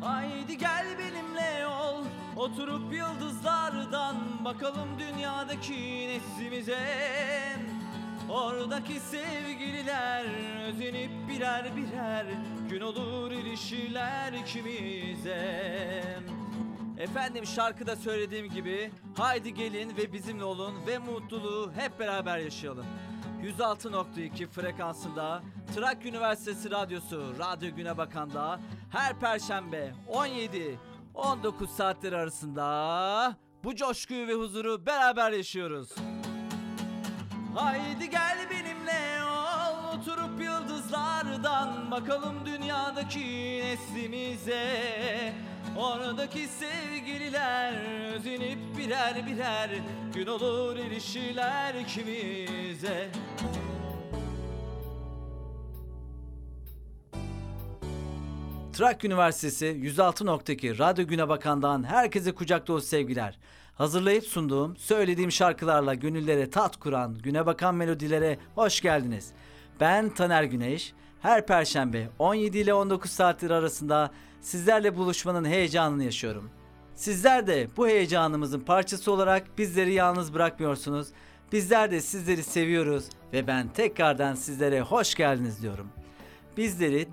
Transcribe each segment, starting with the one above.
Haydi gel benimle ol, oturup yıldızlardan bakalım dünyadaki neslimize. Oradaki sevgililer özenip birer birer gün olur ilişkiler ikimize. Efendim, şarkıda söylediğim gibi haydi gelin ve bizimle olun ve mutluluğu hep beraber yaşayalım. 106.2 frekansında Trakya Üniversitesi Radyosu Radyo Güne Bakan'da her perşembe 17-19 saatleri arasında bu coşkuyu ve huzuru beraber yaşıyoruz. Haydi gel benimle ol, oturup yıldızlardan bakalım dünyadaki neslimize. Oradaki sevgililer özenip birer birer gün olur ilişkiler ikimize. Trakya Üniversitesi 106.2 Radyo Güne Bakan'dan herkese kucak dolusu sevgiler. Hazırlayıp sunduğum, söylediğim şarkılarla gönüllere tat kuran Güne Bakan melodilere hoş geldiniz. Ben Taner Güneş. Her perşembe 17 ile 19 saatleri arasında sizlerle buluşmanın heyecanını yaşıyorum. Sizler de bu heyecanımızın parçası olarak bizleri yalnız bırakmıyorsunuz. Bizler de sizleri seviyoruz ve ben tekrardan sizlere hoş geldiniz diyorum. Bizleri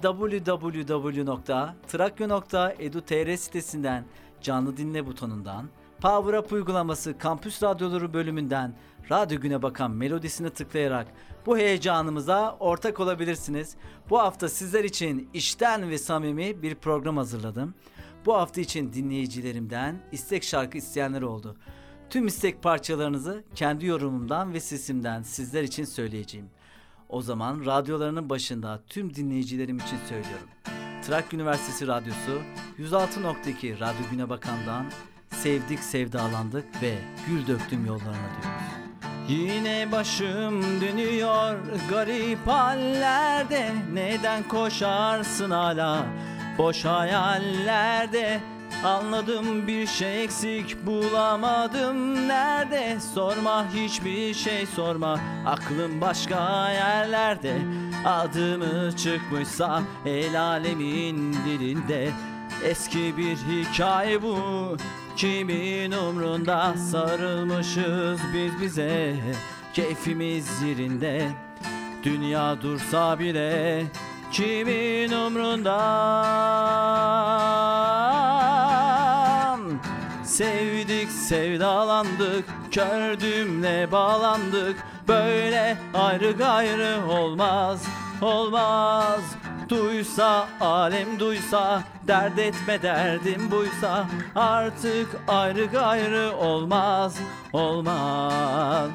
www.trakya.edu.tr sitesinden canlı dinle butonundan, Power Up uygulaması Kampüs Radyoları bölümünden Radyo Güne Bakan melodisini tıklayarak bu heyecanımıza ortak olabilirsiniz. Bu hafta sizler için içten ve samimi bir program hazırladım. Bu hafta için dinleyicilerimden istek şarkı isteyenler oldu. Tüm istek parçalarınızı kendi yorumumdan ve sesimden sizler için söyleyeceğim. O zaman radyolarının başında tüm dinleyicilerim için söylüyorum. Trakya Üniversitesi Radyosu 106.2 Radyo Güne Bakan'dan sevdik, sevdalandık ve gül döktüm yollarına diyoruz. Yine başım dönüyor garip hallerde, neden koşarsın hala boş hayallerde? Anladım bir şey eksik, bulamadım nerede? Sorma hiçbir şey sorma, aklım başka yerlerde. Adımı çıkmışsa el alemin dilinde, eski bir hikaye bu, kimin umrunda? Sarılmışız biz bize, keyfimiz yerinde. Dünya dursa bile kimin umrunda? Sevdik, sevdalandık, kördümle bağlandık. Böyle ayrı gayrı olmaz, olmaz. Duysa, alem duysa, dert etme derdim buysa. Artık ayrı gayrı olmaz, olmaz.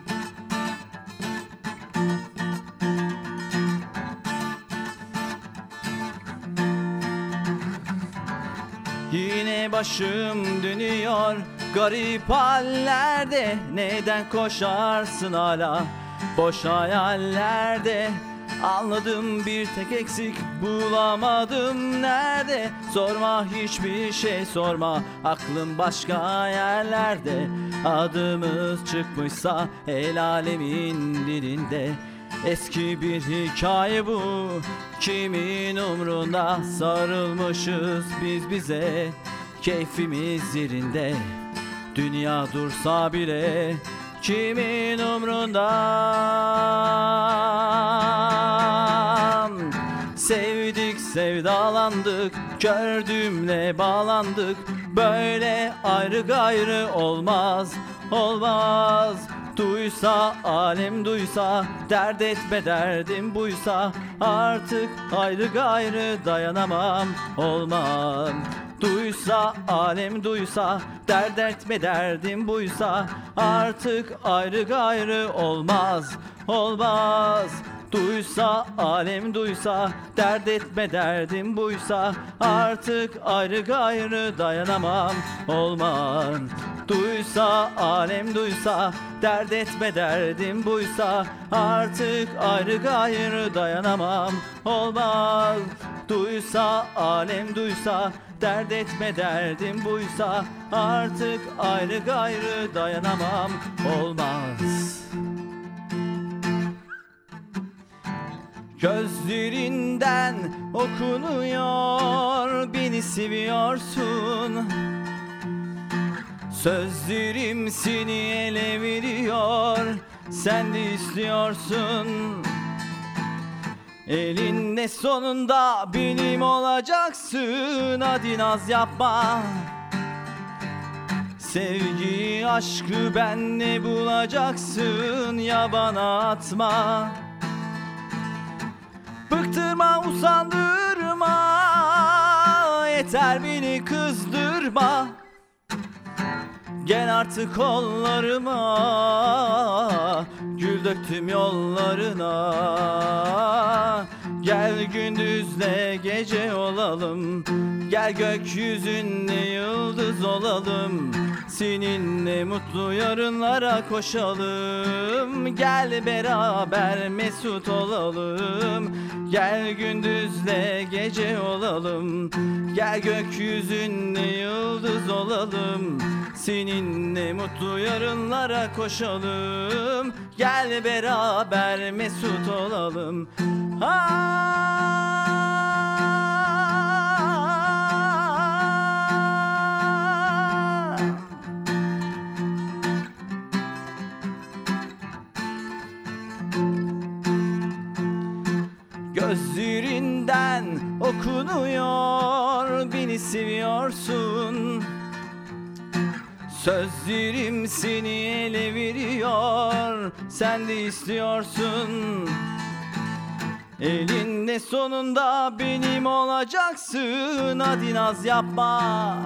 Yine başım dönüyor garip hallerde, neden koşarsın hala boş hayallerde? Anladım bir tek eksik, bulamadım nerede? Sorma hiçbir şey sorma, aklım başka yerlerde. Adımız çıkmışsa el alemin dilinde, eski bir hikaye bu, kimin umrunda? Sarılmışız biz bize, keyfimiz yerinde. Dünya dursa bile kimin umrunda? Sevdik, sevdalandık, kördümle bağlandık. Böyle ayrı gayrı olmaz, olmaz. Duysa, alem duysa, dert etme derdim buysa. Artık ayrı gayrı dayanamam, olmam. Duysa, alem duysa, dert etme derdim buysa. Artık ayrı gayrı olmaz, olmaz. Duysa, alem duysa, dert etme derdim buysa. Artık ayrı gayrı dayanamam, olmam. Duysa, alem duysa, dert etme derdim buysa. Artık ayrı gayrı dayanamam, olmaz. Duysa, alem duysa, dert etme derdim buysa. Artık ayrı gayrı dayanamam, olmaz. Gözlerinden okunuyor beni seviyorsun. Sözlerim seni ele veriyor, sen de istiyorsun. Elinde sonunda benim olacaksın, hadi naz yapma. Sevgiyi, aşkı benle bulacaksın, ya bana atma. Bıktırma, usandırma, yeter beni kızdırma. Gel artık kollarıma, gül döktüm yollarına. Gel gündüzle gece olalım, gel gökyüzünde yıldız olalım. Seninle mutlu yarınlara koşalım. Gel beraber mesut olalım. Gel gündüzle gece olalım, gel gökyüzünde yıldız olalım. Seninle mutlu yarınlara koşalım. Gel beraber mesut olalım. Gözlerinden okunuyor, beni seviyorsun. Sözlerim seni ele veriyor, sen de istiyorsun. Elinde sonunda benim olacaksın, hadi naz yapma.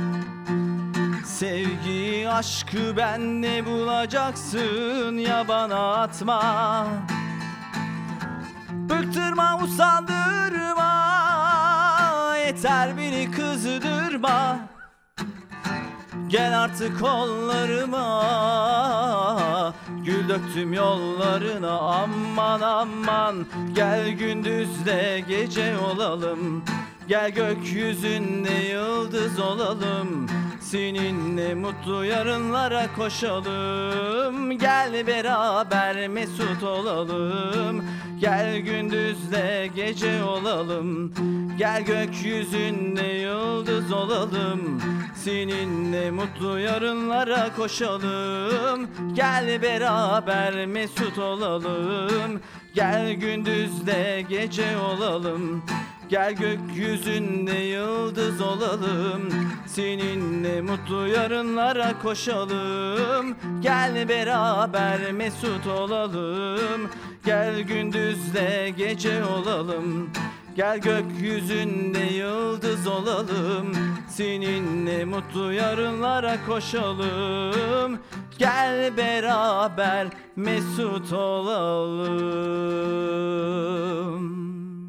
Sevgiyi, aşkı benle bulacaksın, ya bana atma. Bıktırma, usandırma, yeter beni kızdırma. Gel artık kollarıma, gül döktüm yollarına. Aman aman, gel gündüzle gece olalım. Gel gökyüzünde yıldız olalım. Seninle mutlu yarınlara koşalım. Gel beraber mesut olalım. Gel gündüzle gece olalım. Gel gökyüzünde yıldız olalım. Seninle mutlu yarınlara koşalım. Gel beraber mesut olalım. Gel gündüzle gece olalım. Gel gökyüzünde yıldız olalım. Seninle mutlu yarınlara koşalım. Gel beraber mesut olalım. Gel gündüzle gece olalım. Gel gökyüzünde yıldız olalım. Seninle mutlu yarınlara koşalım. Gel beraber mesut olalım.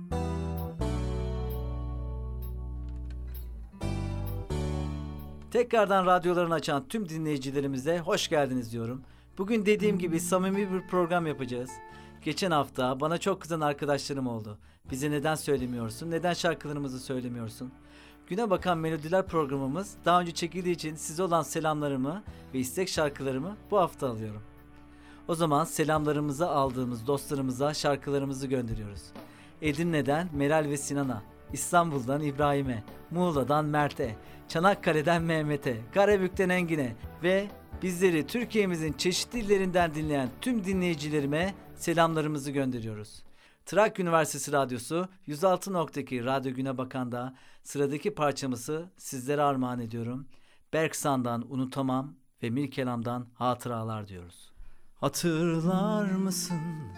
Tekrardan radyolarını açan tüm dinleyicilerimize hoş geldiniz diyorum. Bugün dediğim gibi samimi bir program yapacağız. Geçen hafta bana çok kızan arkadaşlarım oldu. Bize neden söylemiyorsun, neden şarkılarımızı söylemiyorsun? Güne Bakan Melodiler programımız daha önce çekildiği için size olan selamlarımı ve istek şarkılarımı bu hafta alıyorum. O zaman selamlarımızı aldığımız dostlarımıza şarkılarımızı gönderiyoruz. Edirne'den Meral ve Sinan'a, İstanbul'dan İbrahim'e, Muğla'dan Mert'e, Çanakkale'den Mehmet'e, Karabük'ten Engin'e ve bizleri Türkiye'mizin çeşitli illerinden dinleyen tüm dinleyicilerime selamlarımızı gönderiyoruz. Trakya Üniversitesi Radyosu 106.2 Radyo Güne Bakan'da sıradaki parçamızı sizlere armağan ediyorum. Berksan'dan Unutamam ve Mirkelam'dan Hatıralar diyoruz. Hatırlar mısın?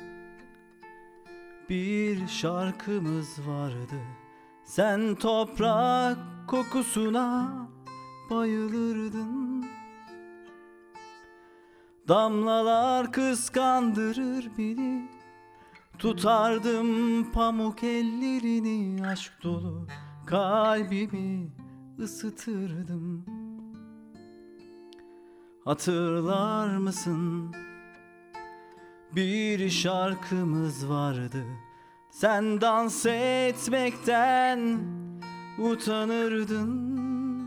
Bir şarkımız vardı. Sen toprak kokusuna bayılırdın. Damlalar kıskandırır beni. Tutardım pamuk ellerini, aşk dolu kalbimi ısıtırdım. Hatırlar mısın? Bir şarkımız vardı. Sen dans etmekten utanırdın.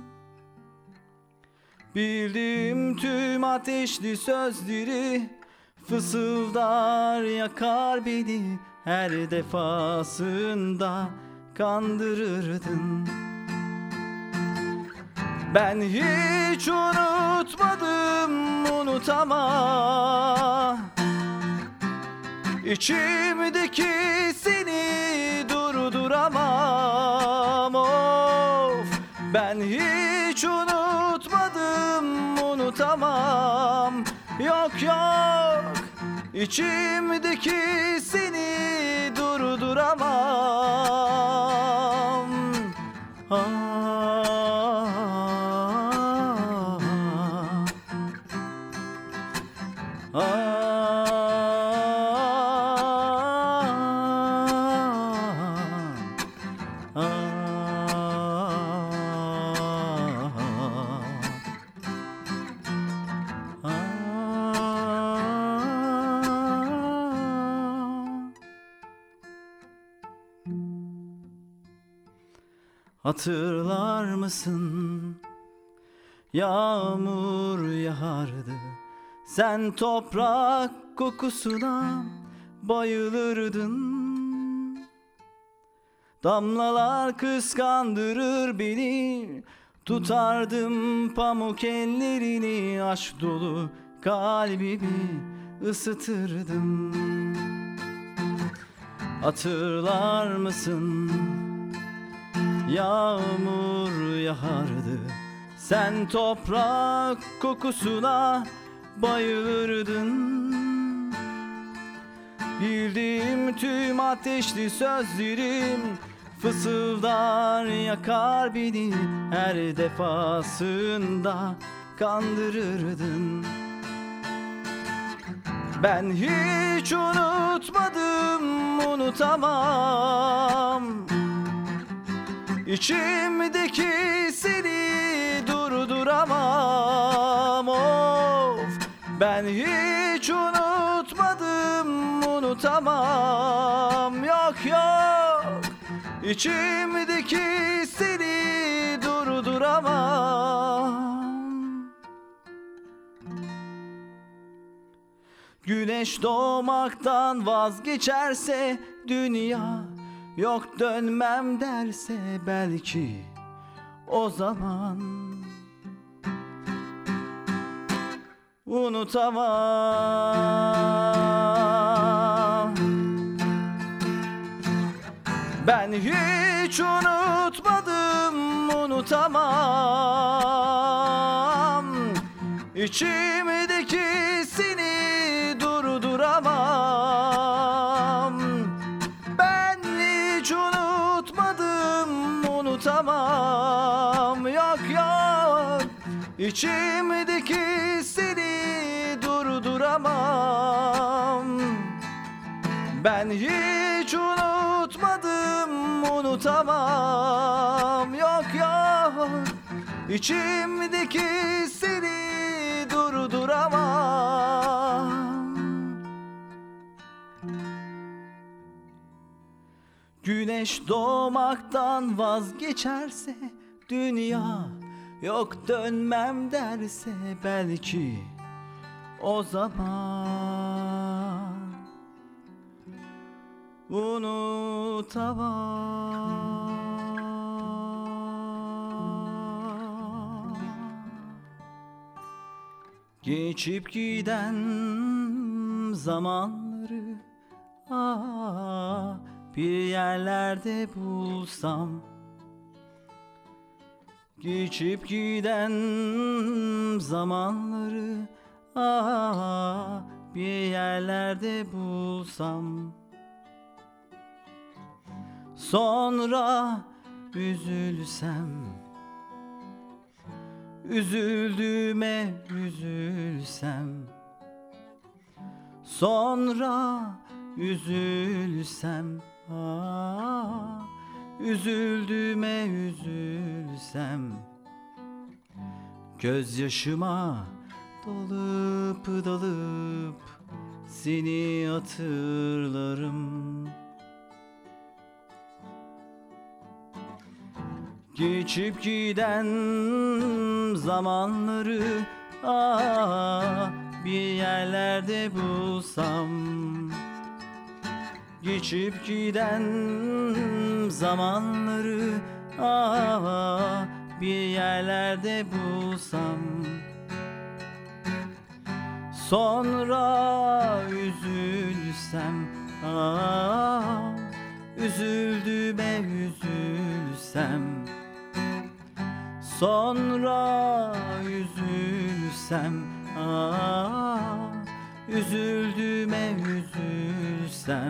Bildiğim tüm ateşli sözleri fısıldar yakar beni, her defasında kandırırdın. Ben hiç unutmadım, unutamam. İçimdeki seni durduramam. Of, ben hiç unutmadım, unutamam. Yok yok, içimdeki seni durduramam. Hatırlar mısın? Yağmur yağardı, sen toprak kokusuna bayılırdın. Damlalar kıskandırır beni, tutardım pamuk ellerini, aşk dolu kalbimi ısıtırdım. Hatırlar mısın? Yağmur yağardı, sen toprak kokusuna bayılırdın. Bildiğim tüm ateşli sözlerim fısıldar yakar beni, her defasında kandırırdın. Ben hiç unutmadım, unutamam. İçimdeki seni durduramam. Of, ben hiç unutmadım, unutamam. Yok yok, içimdeki seni durduramam. Güneş doğmaktan vazgeçerse dünya, yok dönmem derse belki o zaman unutamam. Ben hiç unutmadım, unutamam. İçimdeki seni durduramam. Ben hiç unutmadım, unutamam. Yok yok, içimdeki seni durduramam. Ben hiç unutmadım, unutamam. Yok yok, içimdeki seni durduramam. Güneş doğmaktan vazgeçerse dünya, yok dönmem derse belki o zaman unutamam. Geçip giden zamanları bir yerlerde bulsam, geçip giden zamanları bir yerlerde bulsam, sonra üzülsem, üzüldüğüme üzülsem, sonra üzülsem, üzüldüğüme üzülsem, gözyaşıma dalıp dalıp seni hatırlarım. Geçip giden zamanları bir yerlerde bulsam, geçip giden zamanları bir yerlerde bulsam, sonra üzülsem, üzüldüğüme üzülsem, sonra üzülsem, üzüldüğüme üzülsem,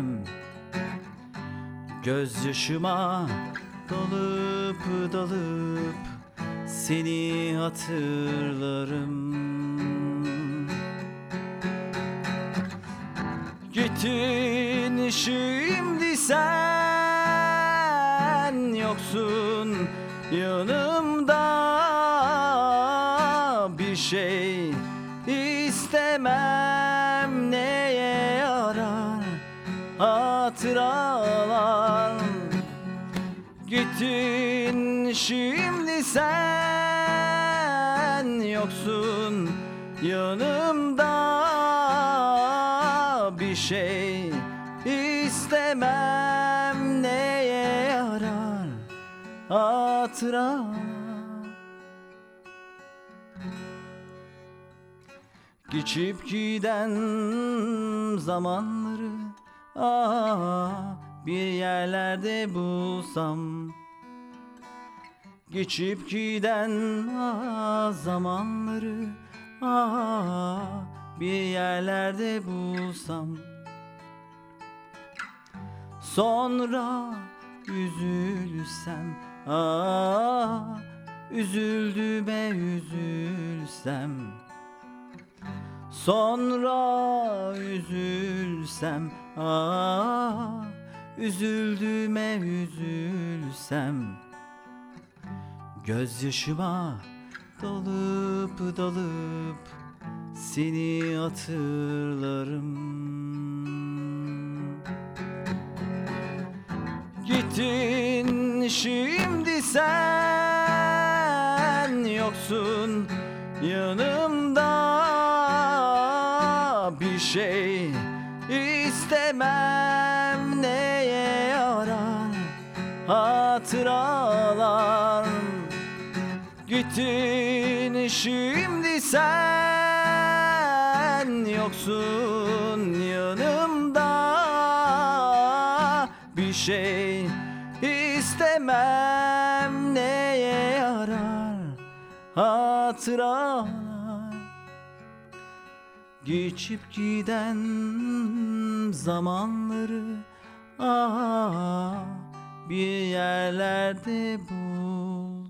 gözyaşıma dalıp dalıp seni hatırlarım. Gittin şimdi sen, yoksun yanımda, bir şey istemem, neye yarar hatıralar. Gittin şimdi sen, yoksun yanımda, bir şey istemem, neye yarar hatıra. Geçip giden zamanları bir yerlerde bulsam, geçip giden zamanları bir yerlerde bulsam, sonra üzülsem, üzüldüğüme üzülsem, sonra üzülsem, üzüldüğüme üzülsem, gözyaşıma dalıp dalıp seni hatırlarım. Gittin şimdi sen, yoksun yanımda, bir şey istemem, neye yarar hatıralar. Gittin şimdi sen, yoksun yanımda, bir şey istemem, neye yarar hatıralar. Geçip giden zamanları bir yerlerde bulsam.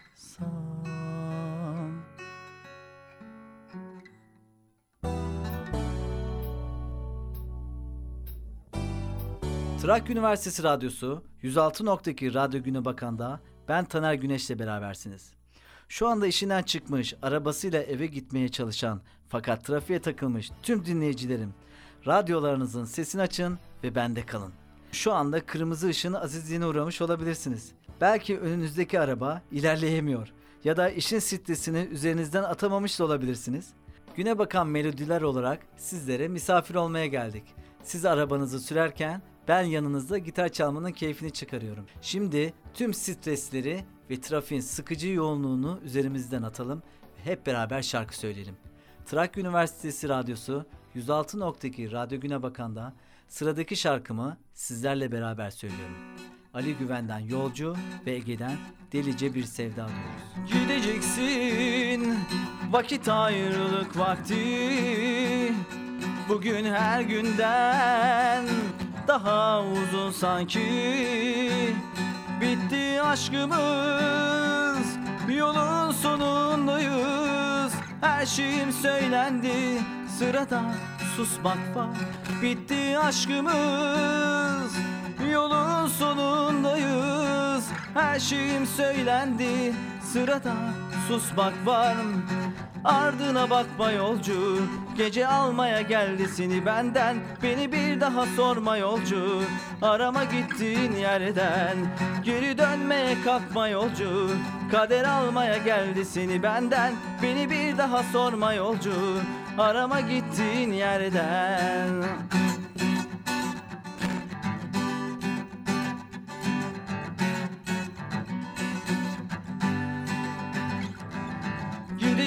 Trakya Üniversitesi Radyosu 106.2 Radyo Güne Bakan'da ben Taner Güneş'le berabersiniz. Şu anda işinden çıkmış, arabasıyla eve gitmeye çalışan fakat trafiğe takılmış tüm dinleyicilerim, radyolarınızın sesini açın ve bende kalın. Şu anda kırmızı ışığın azizliğine uğramış olabilirsiniz. Belki önünüzdeki araba ilerleyemiyor ya da işin stresini üzerinizden atamamış da olabilirsiniz. Güne bakan melodiler olarak sizlere misafir olmaya geldik. Siz arabanızı sürerken ben yanınızda gitar çalmanın keyfini çıkarıyorum. Şimdi tüm stresleri ve trafiğin sıkıcı yoğunluğunu üzerimizden atalım ve hep beraber şarkı söyleyelim. Trakya Üniversitesi Radyosu 106.2 Radyo Güne Bakan'da sıradaki şarkımı sizlerle beraber söylüyorum. Ali Güven'den Yolcu ve Ege'den Delice Bir Sevda diyoruz. Gideceksin, vakit ayrılık vakti, bugün her günden daha uzun sanki. Bitti aşkımız, yolun sonundayız. Her şeyim söylendi, sırada susmak var. Bitti aşkımız, yolun sonundayız. Her şeyim söylendi, sırada susmak var. Ardına bakma yolcu, gece almaya geldi seni benden. Beni bir daha sorma yolcu, arama gittiğin yerden. Geri dönmeye kalkma yolcu, kader almaya geldi seni benden. Beni bir daha sorma yolcu, arama gittiğin yerden.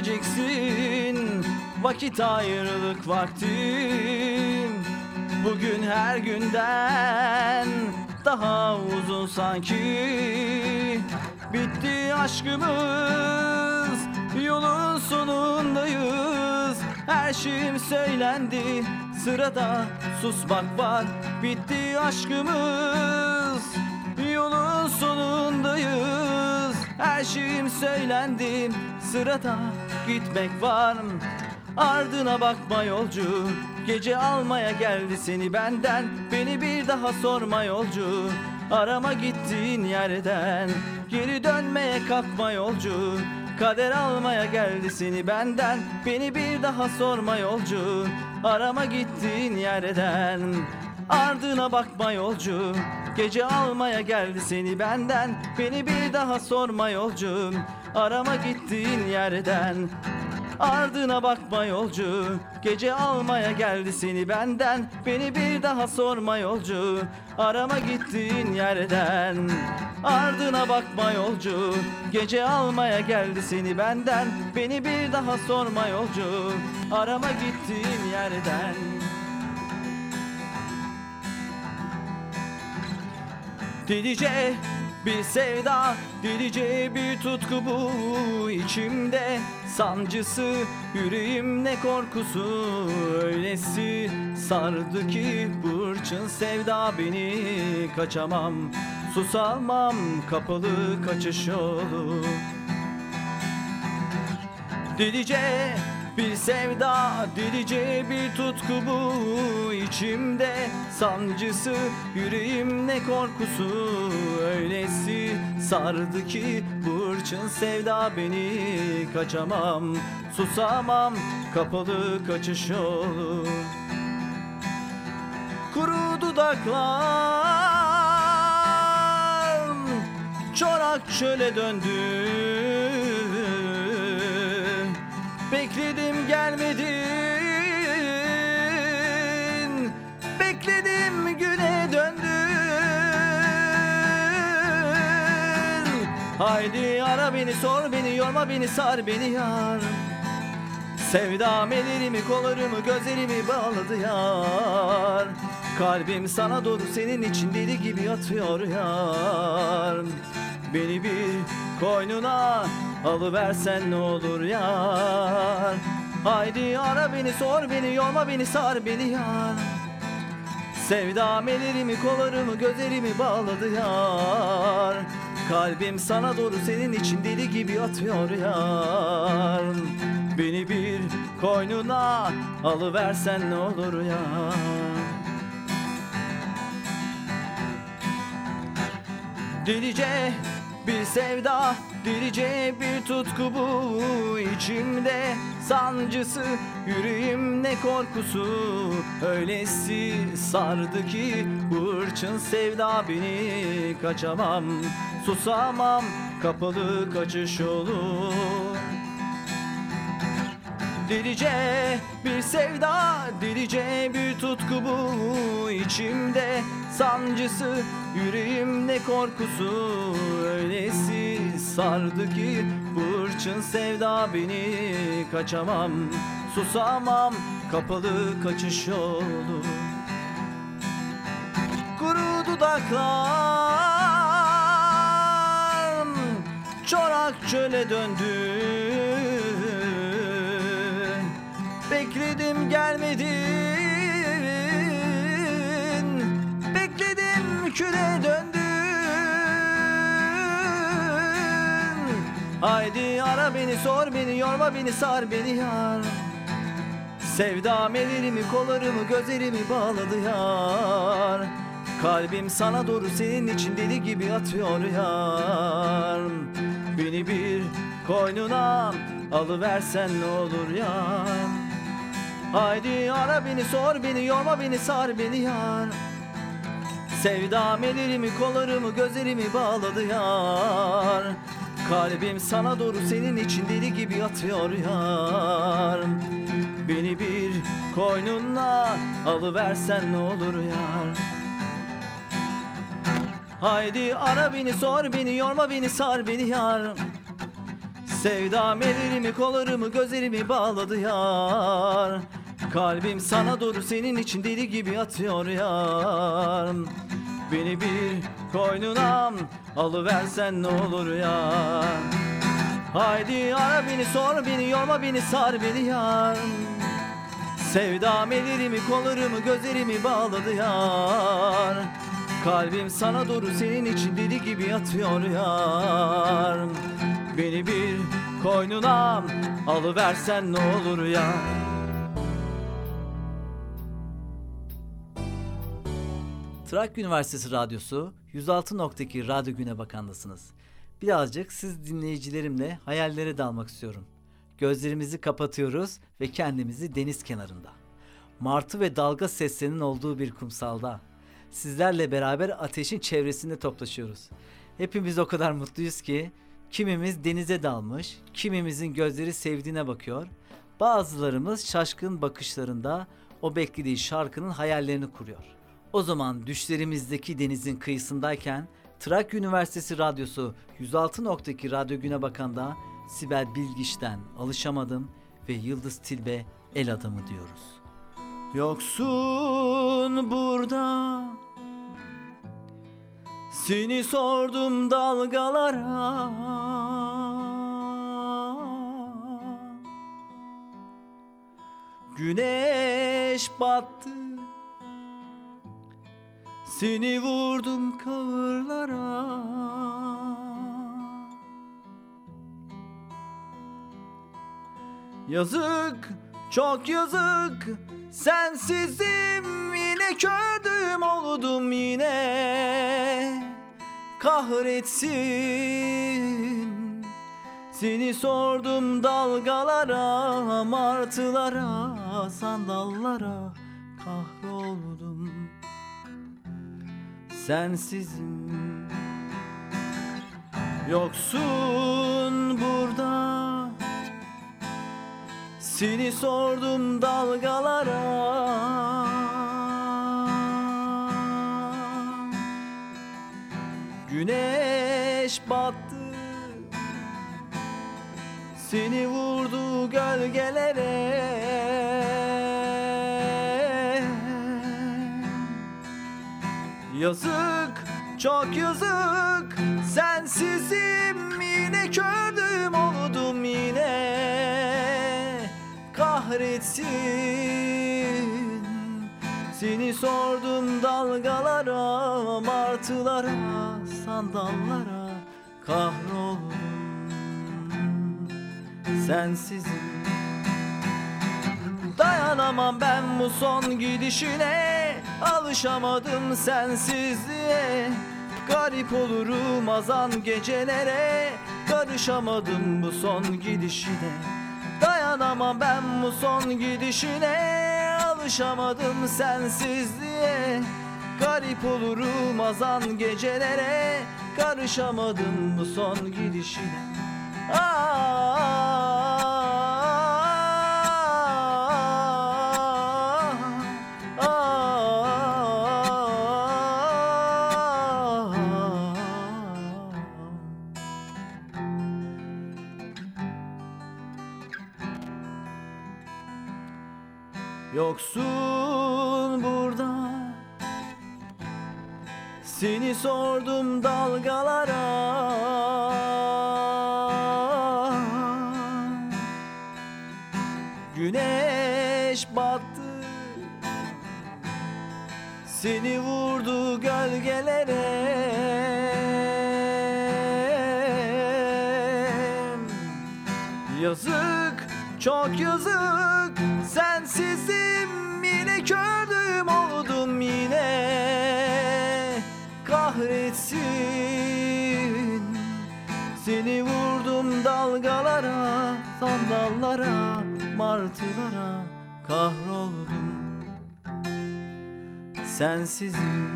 geleceksin. Vakit ayrılık vakti bugün her günden daha uzun sanki. Bitti aşkımız, yolun sonundayız. Her şeyim söylendi, sırada susmak var. Bitti aşkımız, yolun sonundayız. Her şeyim söylendi, sırada gitmek var. Ardına bakma yolcu, gece almaya geldi seni benden. Beni bir daha sorma yolcu, arama gittiğin yerden. Geri dönmeye kalkma yolcu, kader almaya geldi seni benden. Beni bir daha sorma yolcu, arama gittiğin yerden. Ardına bakma yolcu, gece almaya geldi seni benden. Beni bir daha sorma yolcu, arama gittiğin yerden. Ardına bakma yolcu, gece almaya geldi seni benden. Beni bir daha sorma yolcu, arama gittiğin yerden. Ardına bakma yolcu, gece almaya geldi seni benden. Beni bir daha sorma yolcu, arama gittiğin yerden. Delice bir sevda, delice bir tutku bu içimde. Sancısı, yüreğimde korkusu öylesi sardı ki bu hırçın sevda beni. Kaçamam, susamam, kapalı kaçış yolu. Delice bir sevda, delice bir tutku bu içimde. Sancısı, yüreğimde korkusu öylesi sardı ki bu hırçın sevda beni. Kaçamam, susamam, kapalı kaçış yolu. Kuru dudaklar çorak çöle döndü. Bekledim gelmedin, bekledim güne döndün. Haydi ara beni, sor beni, yorma beni, sar beni yar. Sevdam ellerimi, kollarımı, gözlerimi bağladı yar. Kalbim sana doğru senin için deli gibi atıyor yar. Beni bir koynuna alıversen ne olur yar. Haydi ara beni, sor beni, yorma beni, sar beni yar. Sevdam ellerimi, kollarımı, gözlerimi bağladı yar. Kalbim sana doğru senin için deli gibi atıyor yar. Beni bir koynuna alıversen ne olur yar. Delice bir sevda, delice bir tutku bu içimde. Sancısı, yüreğimde korkusu öylesi sardı ki bu hırçın sevda beni. Kaçamam, susamam, kapalı kaçış yolu. Delice bir sevda, delice bir tutku bu içimde. Sancısı, yüreğimde korkusu öylesi sardı ki bu hırçın sevda beni. Kaçamam, susamam, kapalı kaçış yolu. Kuru dudaklar çorak çöle döndü. Bekledim gelmedin, bekledim küle döndün. Haydi ara beni, sor beni, yorma beni, sar beni yar. Sevdam ellerimi, kollarımı, gözlerimi bağladı yar. Kalbim sana doğru senin için deli gibi atıyor yar. Beni bir koynuna alıversen ne olur yar. Haydi ara beni, sor beni, yorma beni, sar beni yar. Sevdam ellerimi, kollarımı, gözlerimi bağladı yar. Kalbim sana doğru senin için deli gibi atıyor yar. Beni bir koynuna alıversen ne olur yar. Haydi ara beni, sor beni, yorma beni, sar beni yar. Sevdam ellerimi, kollarımı, gözlerimi bağladı yar. Kalbim sana doğru senin için deli gibi atıyor yar. Beni bir koynuna alıversen ne olur yar. Haydi ara beni, sor beni, yorma beni, sar beni yar. Sevdam ellerimi, kollarımı, gözlerimi bağladı yar. Kalbim sana doğru senin için deli gibi atıyor yar. Beni bir koynuna alıversen ne olur ya. Trakya Üniversitesi Radyosu 106.2 Radyo Güne Bakan'dasınız. Birazcık siz dinleyicilerimle hayallere dalmak istiyorum. Gözlerimizi kapatıyoruz ve kendimizi deniz kenarında, martı ve dalga seslerinin olduğu bir kumsalda, sizlerle beraber ateşin çevresinde toplaşıyoruz. Hepimiz o kadar mutluyuz ki kimimiz denize dalmış, kimimizin gözleri sevdiğine bakıyor, bazılarımız şaşkın bakışlarında o beklediği şarkının hayallerini kuruyor. O zaman düşlerimizdeki denizin kıyısındayken Trakya Üniversitesi Radyosu 106.2 Radyo Güne Bakan'da Sibel Bilgiç'ten Alışamadım ve Yıldız Tilbe El Adamı diyoruz. Yoksun burada, seni sordum dalgalara. Güneş battı, seni vurdum kavurlara. Yazık, çok yazık, sensizim yine, kördüm oldum yine. Kahretsin, seni sordum dalgalara, martılara, sandallara, kahroldum. Sensizim, yoksun burada, seni sordum dalgalara. Güneş battı, seni vurdu gölgelere. Yazık, çok yazık, sensizim yine, kördüm oldum yine. Kahretsin, seni sordum dalgalara, martılara, sandallara, kahroldum. Sensizim, dayanamam ben bu son gidişine, alışamadım sensizliğe. Garip olurum azan gecelere, karışamadım bu son gidişine. Dayanamam ben bu son gidişine, alışamadım sensizliğe. Garip olurum azan gecelere, karışamadım bu son gidişine. Yoksun burada, seni sordum dalgalara. Güneş battı, seni vurdu gölgelere. Yazık, çok yazık, sensizim yine, kördüm oldum yine. Kahretsin, seni vurdum dalgalara, sandallara, martılara, kahroldum. Sensizim,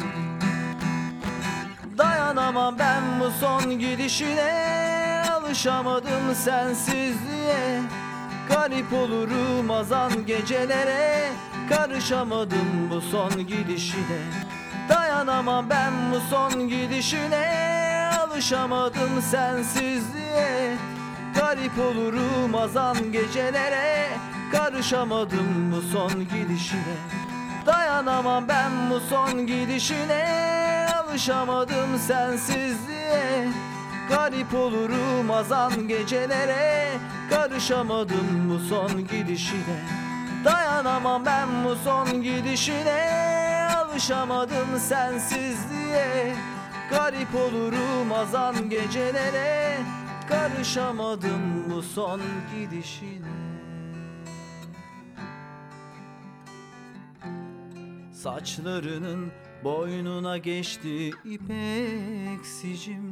dayanamam ben bu son gidişine, alışamadım sensizliğe. Garip olurum azan gecelere, karışamadım bu son gidişine. Dayanamam ben bu son gidişine, alışamadım sensizliğe. Garip olurum azan gecelere, karışamadım bu son gidişine. Dayanamam ben bu son gidişine, alışamadım sensizliğe. Garip olurum azan gecelere, karışamadım bu son gidişine. Dayanamam ben bu son gidişine, alışamadım sensizliğe. Garip olurum azan gecelere, karışamadım bu son gidişine. Saçlarının boynuna geçti ipek sicim,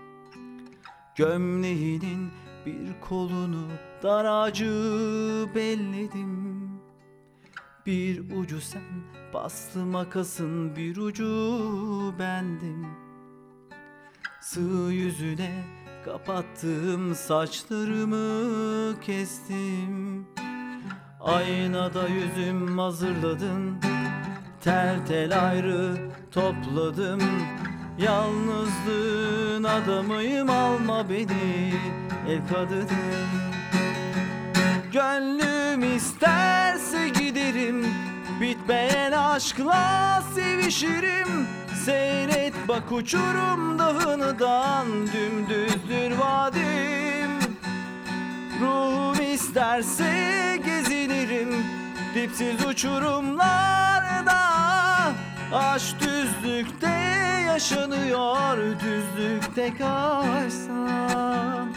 gömleğinin bir kolunu daracı belledim. Bir ucu sen, paslı makasın bir ucu bendim. Sığ yüzüne kapattığım saçlarımı kestim. Aynada yüzüm hazırladın, tel tel ayrı topladım. Yalnızlığın adamıyım, alma beni el kadını. Gönlüm isterse giderim, bitmeyen aşkla sevişirim. Seyret bak uçurum dağınıdan, dümdüzdür vadim. Ruhum isterse gezinirim dipsiz uçurumlarda. Aşk düzlükte yaşanıyor, düzlükte kaçsam.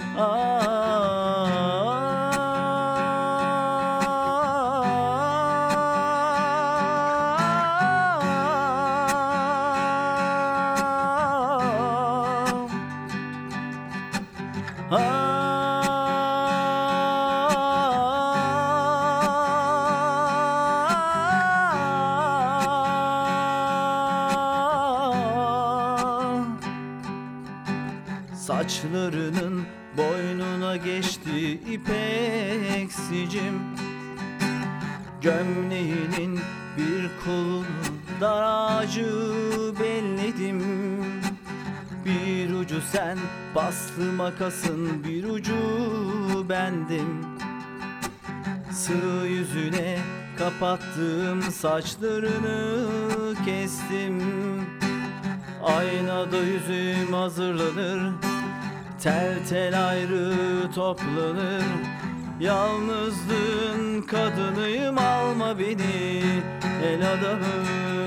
Saçlarının boynuna geçti ipek sicim, gömleğinin bir kolunu daracı belledim. Bir ucu sen, paslı makasın bir ucu bendim. Sığ yüzüne kapattığım saçlarını kestim. Aynada yüzüm hazırlanır, tel tel ayrı toplanır. Yalnızlığın kadınıyım, alma beni el adamı.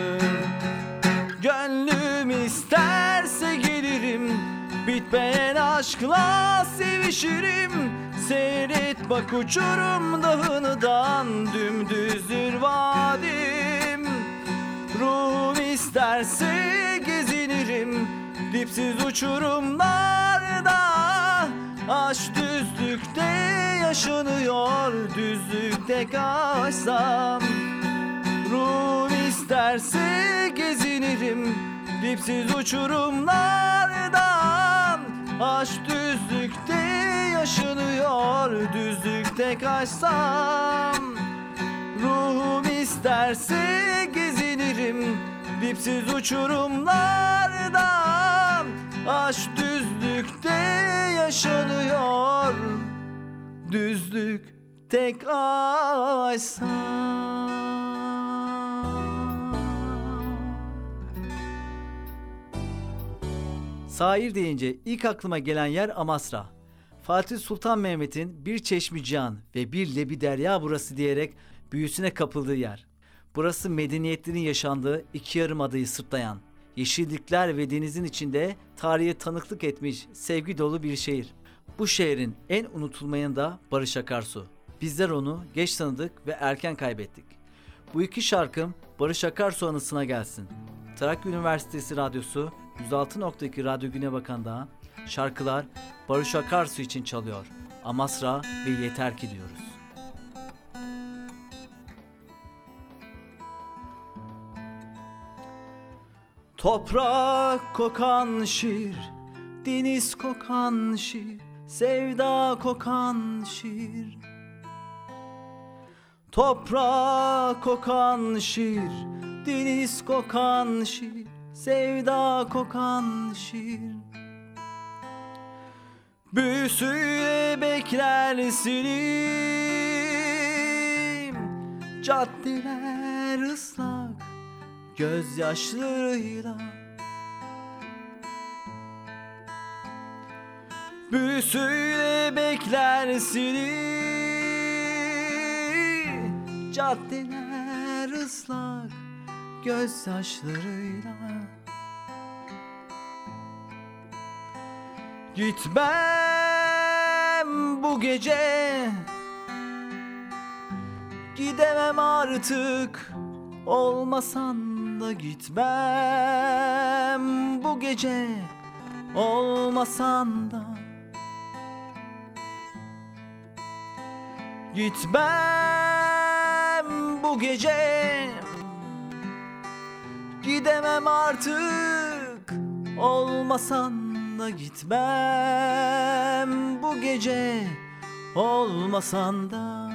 Gönlüm isterse gelirim, bitmeyen aşkla sevişirim. Seyret bak uçurum dağınıdan, dümdüzdür vadim. Ruhum isterse gezinirim dipsiz uçurumlarda. Aşk düzlükte yaşanıyor, düzlükte kaçsam. Ruhum isterse gezinirim dipsiz uçurumlarda. Aşk düzlükte yaşanıyor, düzlükte kaçsam. Ruhum isterse gezinirim dipsiz uçurumlarda. Aşk düzlükte yaşanıyor, düzlükte kaçsam. Sahil deyince ilk aklıma gelen yer Amasra. Fatih Sultan Mehmet'in bir çeşmi can ve bir lebi derya burası diyerek büyüsüne kapıldığı yer. Burası medeniyetlerin yaşandığı iki yarımadayı sırtlayan, yeşillikler ve denizin içinde tarihe tanıklık etmiş sevgi dolu bir şehir. Bu şehrin en unutulmayanı da Barış Akarsu. Bizler onu geç tanıdık ve erken kaybettik. Bu iki şarkım Barış Akarsu anısına gelsin. Trakya Üniversitesi Radyosu 106.2 Radyo Günebakan'da şarkılar Barış Akarsu için çalıyor. Amasra ve Yeter Ki diyoruz. Toprak kokan şiir, deniz kokan şiir, sevda kokan şiir. Toprak kokan şiir, deniz kokan şiir, sevda kokan şiir. Büyüsüyle bekler seni. Caddeler ıslak gözyaşlarıyla. Büyüsüyle bekler seni. Caddeler ıslak gözyaşlarıyla. Gitmem bu gece, gidemem artık, olmasan da gitmem bu gece, olmasan da. Gitmem bu gece, gidemem artık, olmasan da gitmem bu gece, olmasan da.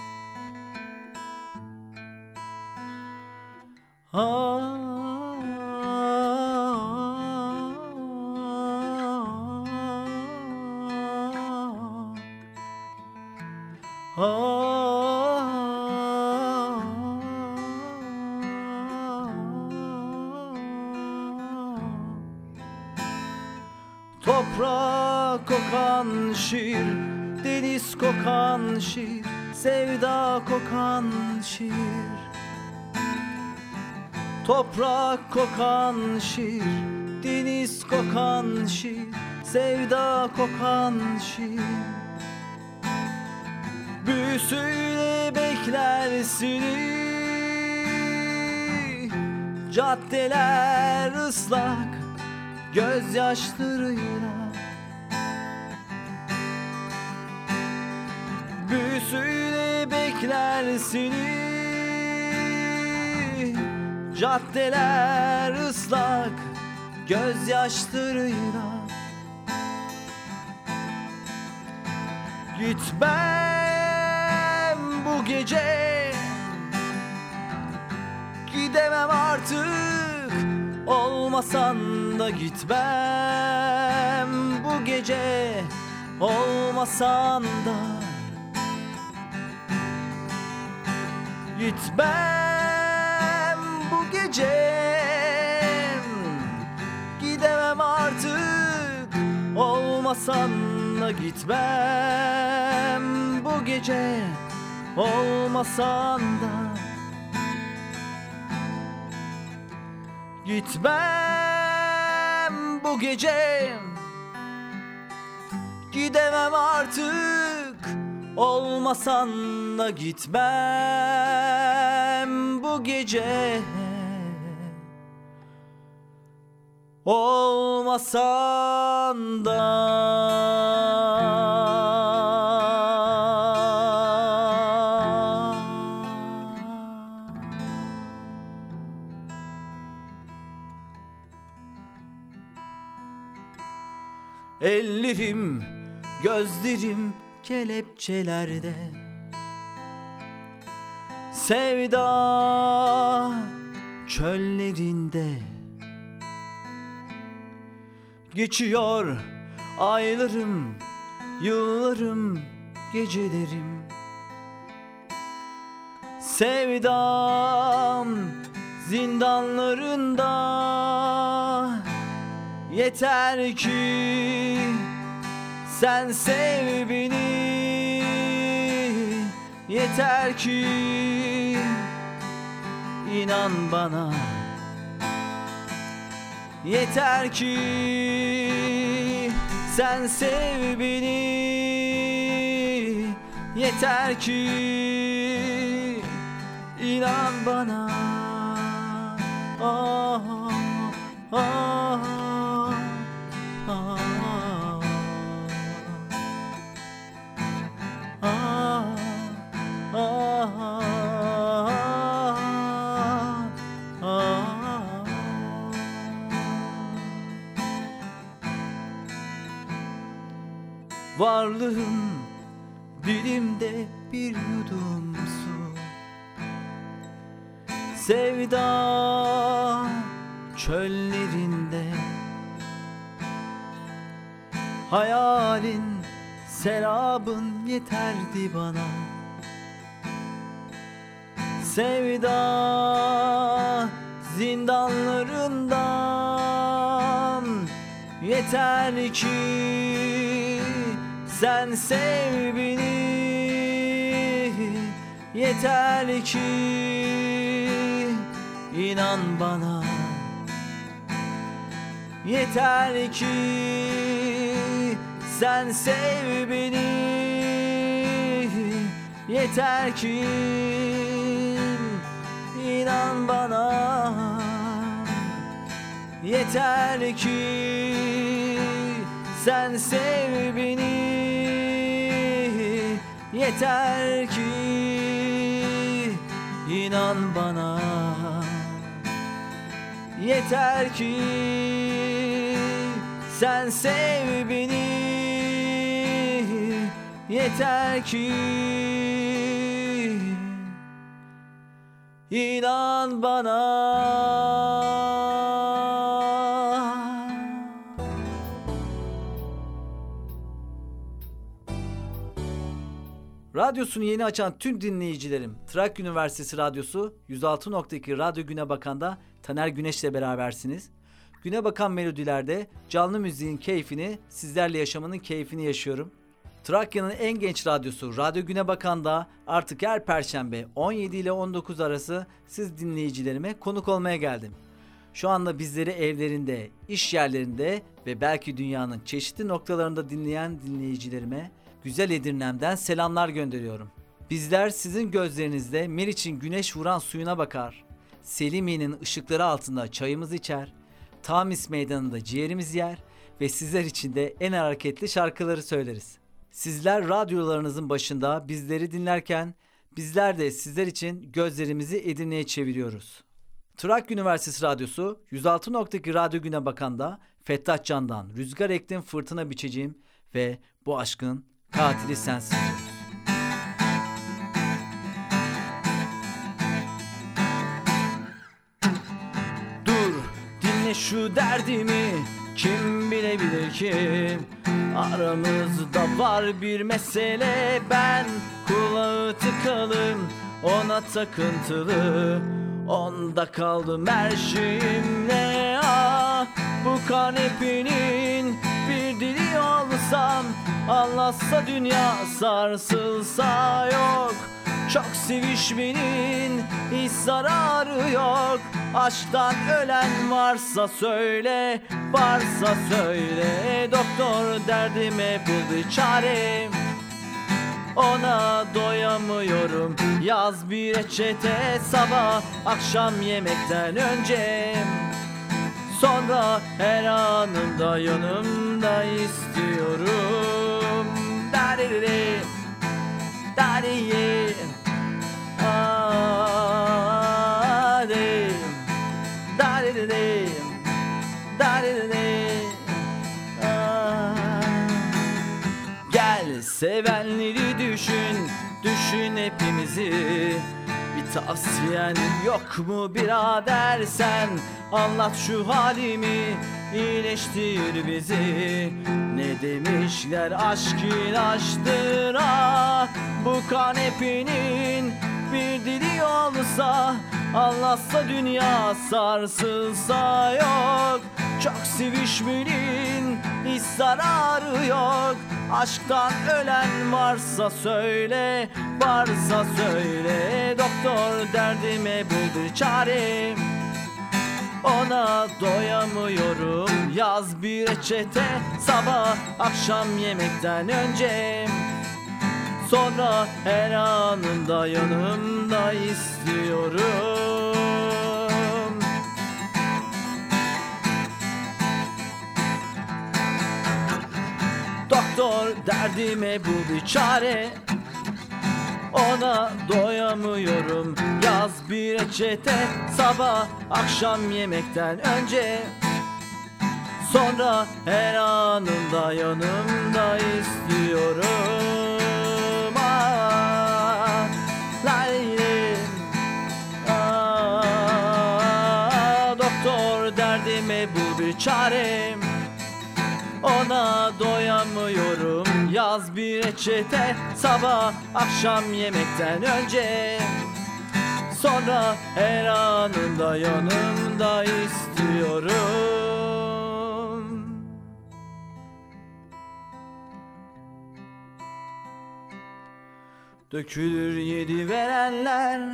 Toprak kokan şiir, deniz kokan şiir, sevda kokan şiir. Toprak kokan şiir, deniz kokan şiir, sevda kokan şiir. Büyüsüyle bekler seni. Caddeler ıslak gözyaşlarıyla. Büyüsüyle bekler seni. Caddeler ıslak gözyaşlarıyla. Gitmem bu gece, gidemem artık, olmasan da gitmem bu gece, olmasan da. Gitmem bu gece, gidemem artık, olmasan da gitmem bu gece, olmasan da. Gitmem bu gece, gidemem artık, olmasan da gitmem bu gece, olmasan da. Ellerim, gözlerim kelepçelerde. Sevda çöllerinde. Geçiyor aylarım, yıllarım, gecelerim. Sevdam zindanlarında. Yeter ki sen sev beni. Yeter ki inan bana. Yeter ki sen sev beni. Yeter ki inan bana. Ah, ah, ah, ah, varlığım dilimde bir yudum su. Sevda çöllerinde. Hayalin serabın yeterdi bana. Sevda zindanlarından yeter ki sen sev beni. Yeter ki inan bana. Yeter ki sen sev beni. Yeter ki inan bana. Yeter ki sen sev beni. Yeter ki inan bana. Yeter ki sen sev beni. Yeter ki inan bana. Radyosunu yeni açan tüm dinleyicilerim, Trakya Üniversitesi Radyosu 106.2 Radyo Güne Bakan'da Taner Güneş'le berabersiniz. Güne Bakan melodilerde canlı müziğin keyfini, sizlerle yaşamanın keyfini yaşıyorum. Trakya'nın en genç radyosu Radyo Güne Bakan'da artık her perşembe 17 ile 19 arası siz dinleyicilerime konuk olmaya geldim. Şu anda bizleri evlerinde, iş yerlerinde ve belki dünyanın çeşitli noktalarında dinleyen dinleyicilerime güzel Edirne'mden selamlar gönderiyorum. Bizler sizin gözlerinizde Meriç'in güneş vuran suyuna bakar, Selimiye'nin ışıkları altında çayımızı içer, Tamis Meydanı'nda ciğerimiz yer ve sizler için de en hareketli şarkıları söyleriz. Sizler radyolarınızın başında bizleri dinlerken bizler de sizler için gözlerimizi Edirne'ye çeviriyoruz. Trakya Üniversitesi Radyosu 106.2 Radyo Güne Bakan'da Fettah Can'dan Rüzgar Ektim Fırtına Biçeceğim ve bu aşkın katili sensin. Dur dinle şu derdimi, kim bilebilir ki aramızda var bir mesele. Ben kulağı tıkalım, ona takıntılı, onda kaldım her şeyimle. Ah, bu kanepenin bir dili olsam, anlatsa dünya sarsılsa yok. Çok sevişmenin hiç zararı yok. Aşktan ölen varsa söyle, varsa söyle. Doktor derdime buldu çare, ona doyamıyorum. Yaz bir reçete sabah akşam yemekten önce. Sonra her anımda yanımda istiyorum. Dariri, dariri, adi, dariri, dariri. Gel sevenleri düşün, düşün hepimizi. Bir tavsiyen yok mu birader, sen anlat şu halimi, iyileştir bizi. Ne demişler aşk ilaçtır. Ah, bu kanepenin bir dili olsa, anlatsa dünya sarsılsa yok. Çok sevişmenin hiç zararı yok. Aşktan ölen varsa söyle, varsa söyle. Doktor derdime buldu çare, ona doyamıyorum. Yaz bir reçete sabah akşam yemekten önce. Sonra her anında yanımda istiyorum. Doktor derdime bul bir çare, ona doyamıyorum. Yaz bir reçete sabah akşam yemekten önce. Sonra her anında yanımda istiyorum. Ah, doktor derdime bul bir çare, ona doyamıyorum. Yaz bir reçete sabah akşam yemekten önce. Sonra her anında yanımda istiyorum. Dökülür yedi verenler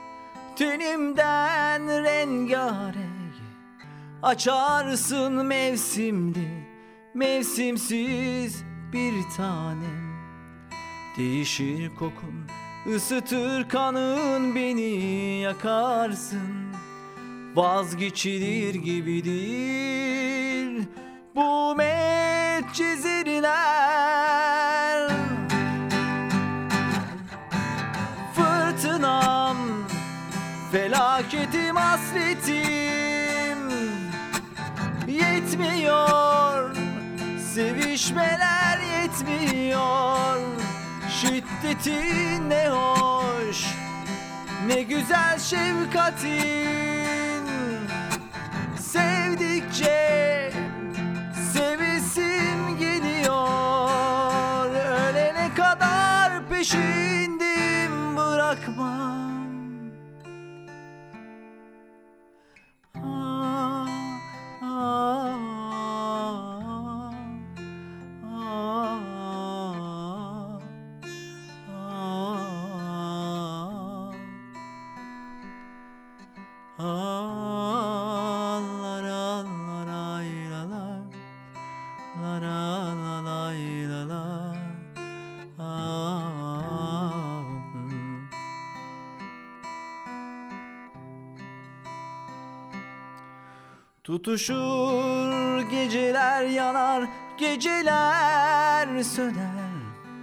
tenimden rengarenk. Açarsın mevsimli, mevsimsiz bir tanem. Değişir kokun, ısıtır kanın, beni yakarsın. Vazgeçilir gibi değil bu medcezirler. Fırtınam, felaketim, hasretim yetmiyor, sevişmeler yetmiyor. Şiddetin ne hoş, ne güzel şefkatin. Sevdikçe sevesim geliyor. Ölene kadar peşindim, bırakmam. Tutuşur geceler, yanar geceler söner.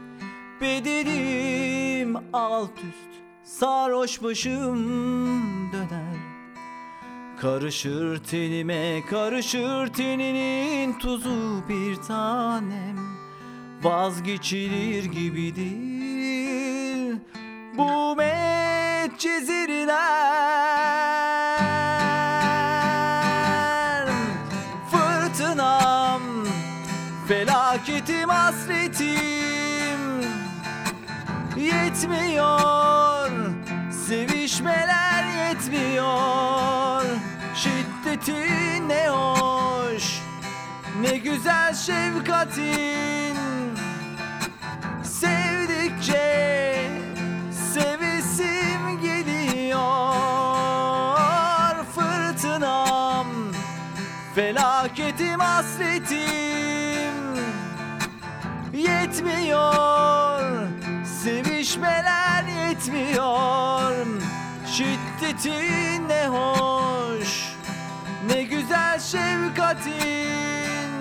Bedenim alt üst, sarhoş başım döner. Karışır tenime, karışır teninin tuzu bir tanem. Vazgeçilir gibi değil bu medcezirler. Fırtınam, felaketim, hasretim yetmiyor, sevişmeler yetmiyor. Şiddetin ne hoş, ne güzel şefkatin. Sevdikçe sevesim geliyor. Fırtınam, felaketim, hasretim yetmiyor, sevişmeler yetmiyor. Şiddetin ne hoş, ne güzel şefkatin.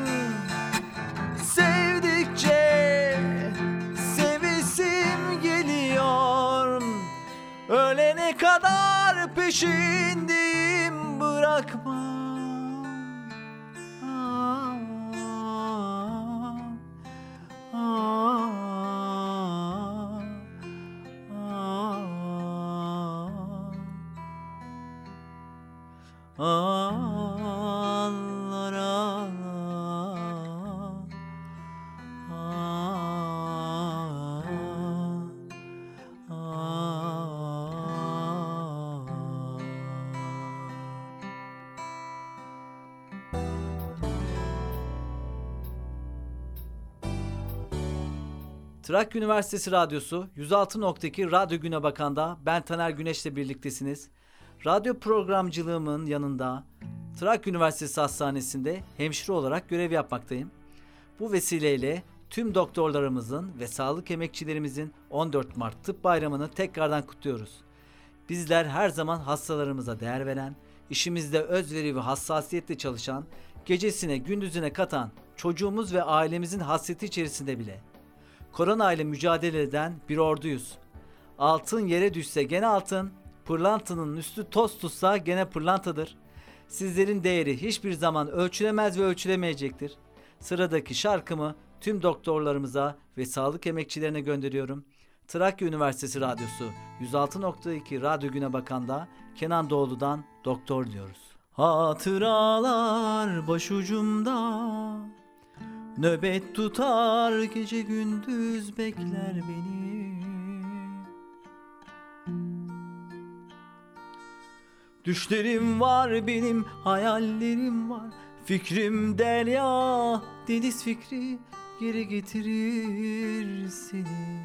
Sevdikçe sevesim geliyor. Ölene kadar peşindeyim, bırakmam. Trakya Üniversitesi Radyosu 106.2 Radyo Güne Bakan'da ben Taner Güneş'le birliktesiniz. Radyo programcılığımın yanında Trakya Üniversitesi Hastanesi'nde hemşire olarak görev yapmaktayım. Bu vesileyle tüm doktorlarımızın ve sağlık emekçilerimizin 14 Mart Tıp Bayramı'nı tekrardan kutluyoruz. Bizler her zaman hastalarımıza değer veren, işimizde özveri ve hassasiyetle çalışan, gecesine gündüzüne katan çocuğumuz ve ailemizin hasreti içerisinde bile korona ile mücadele eden bir orduyuz. Altın yere düşse gene altın, pırlantanın üstü toz tutsa gene pırlantadır. Sizlerin değeri hiçbir zaman ölçülemez ve ölçülemeyecektir. Sıradaki şarkımı tüm doktorlarımıza ve sağlık emekçilerine gönderiyorum. Trakya Üniversitesi Radyosu 106.2 Radyo Güne Bakan'da Kenan Doğulu'dan Doktor diyoruz. Hatıralar başucumda, Nöbet tutar gece gündüz bekler beni. Düşlerim var benim, hayallerim var. Fikrim derya, deniz fikri geri getirir seni.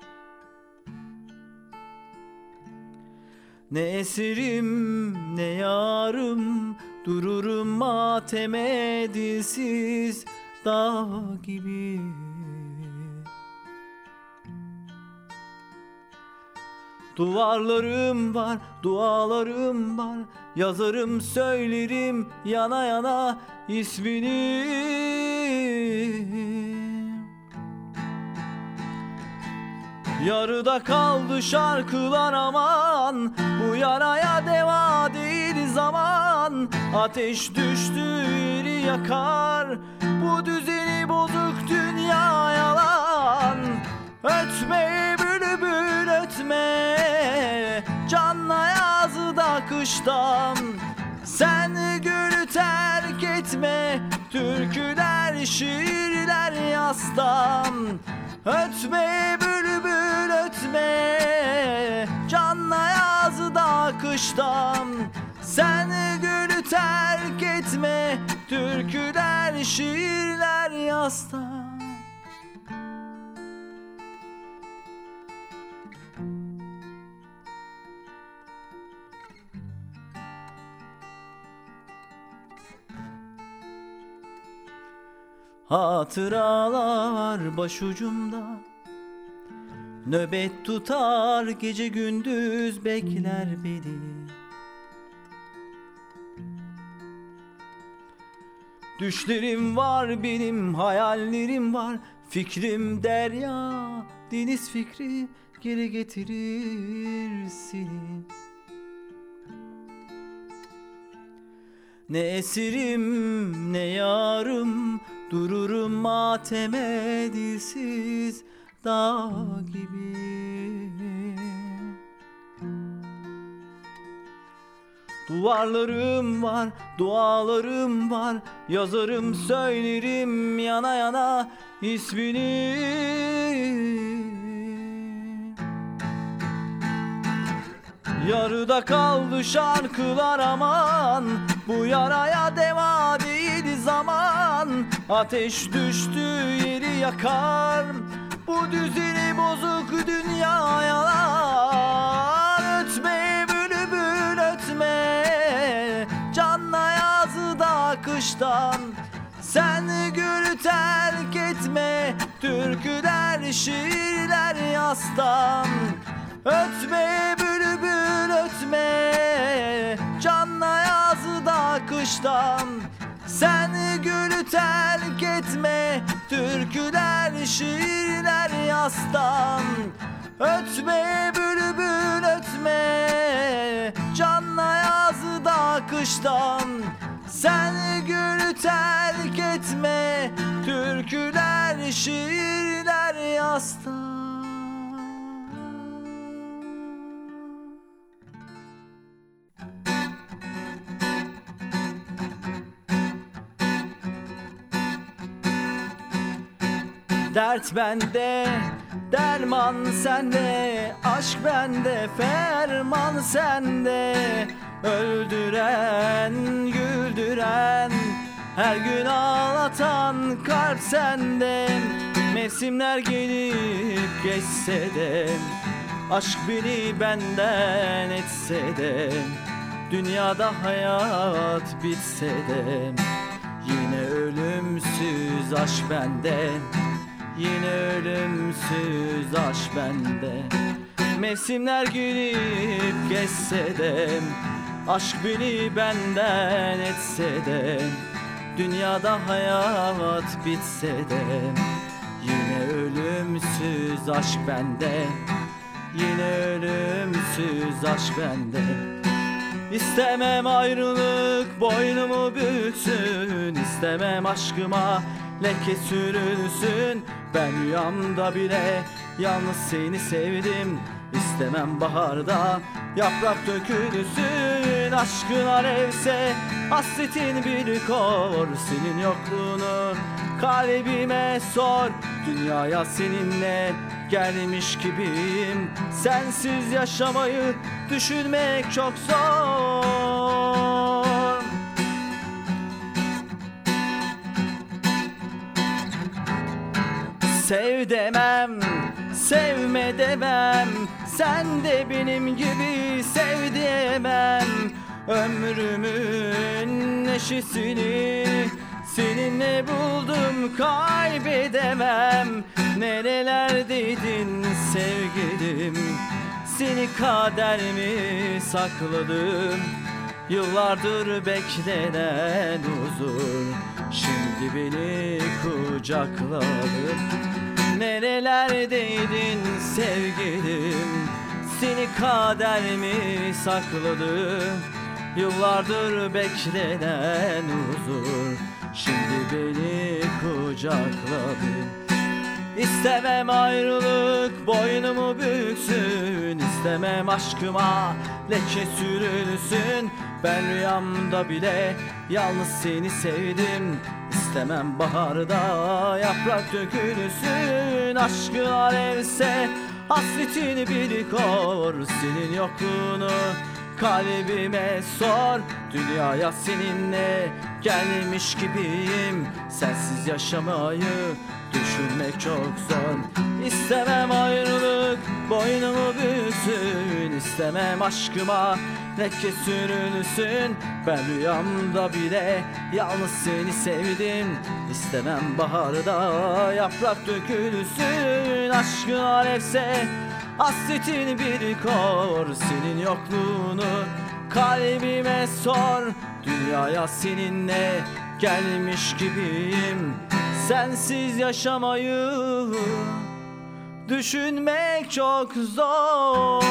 Ne eserim ne yarım, dururum mateme dilsiz dağ gibi. Duvarlarım var, dualarım var, yazarım söylerim yana yana ismini. Yarıda kaldı şarkılar aman, bu yaraya deva değil zaman. Ateş düştü yeri yakar, bu düzeni bozuk dünya yalan. Ötme bülbül ötme, canla yazıda kıştan. Sen gölü terk etme, türküler şiirler yastan. Ötme bülbül ötme, canla yazıda kıştan. Sen gölü terk etme, türküler şiirler yastan. Hatıralar başucumda, nöbet tutar gece gündüz bekler beni. Düşlerim var benim, hayallerim var. Fikrim derya, deniz fikri geri getirir seni. Ne esirim ne yarım, dururum mateme dilsiz dağ gibi. Duvarlarım var, dualarım var, yazarım söylerim yana yana ismini. Yarıda kaldı şarkılar aman, bu yaraya deva değil zaman. Ateş düştü yeri yakar, bu düzeni bozuk dünya yalan. Ötme bülbül ötme, canla yazıda kıştan. Sen gölü terk etme, türküler şiirler yastan. Ötme bülbül ötme, canla yazıda kıştan. Sen gölü terk etme, türküler şiirler yastan. Ötme bülbül ötme, canla yazıda kıştan. Sen gölü terk etme, türküler şiirler yastan. Dert bende, derman sende, aşk bende, ferman sende. Öldüren, güldüren, her gün ağlatan kalp sende. Mevsimler gelip geçse de, aşk beni benden etse de, dünyada hayat bitse de, yine ölümsüz aşk bende. Yine ölümsüz aşk bende. Mevsimler gelip geçse de, aşk beni benden etse de, dünyada hayat bitse de, yine ölümsüz aşk bende. Yine ölümsüz aşk bende. İstemem ayrılık boynumu büksün, İstemem aşkıma leke sürülsün. Ben rüyamda bile yalnız seni sevdim. İstemem baharda yaprak dökülsün. Aşkın alevse hasretin bir kor, senin yokluğunu kalbime sor. Dünyaya seninle gelmiş gibiyim. Sensiz yaşamayı düşünmek çok zor. Sev demem, sevme demem, sen de benim gibi sev diyemem. Ömrümün neşesini seninle buldum, kaybedemem. Nerelerdeydin sevgilim, seni kader mi sakladım? Yıllardır beklenen huzur şimdi beni kucakladın. Nerelerdeydin sevgilim, seni kader mi sakladı? Yıllardır beklenen huzur şimdi beni kucakladı. İstemem ayrılık boynumu büksün, İstemem aşkıma leke sürülsün. Ben rüyamda bile yalnız seni sevdim. İstemem baharda yaprak dökülsün. Aşkı alevse hasretini bir kor. Senin yokluğunu kalbime sor. Dünyaya seninle gelmiş gibiyim. Sensiz yaşamayı düşünmek çok zor. İstemem ayrılık boynumu büksün, İstemem aşkıma leke sürülsün. Ben rüyamda bile yalnız seni sevdim. İstemem baharda yaprak dökülsün. Aşkın alevse hasretin bir kor. Senin yokluğunu kalbime sor. Dünyaya seninle gelmiş gibiyim. Sensiz yaşamayı düşünmek çok zor.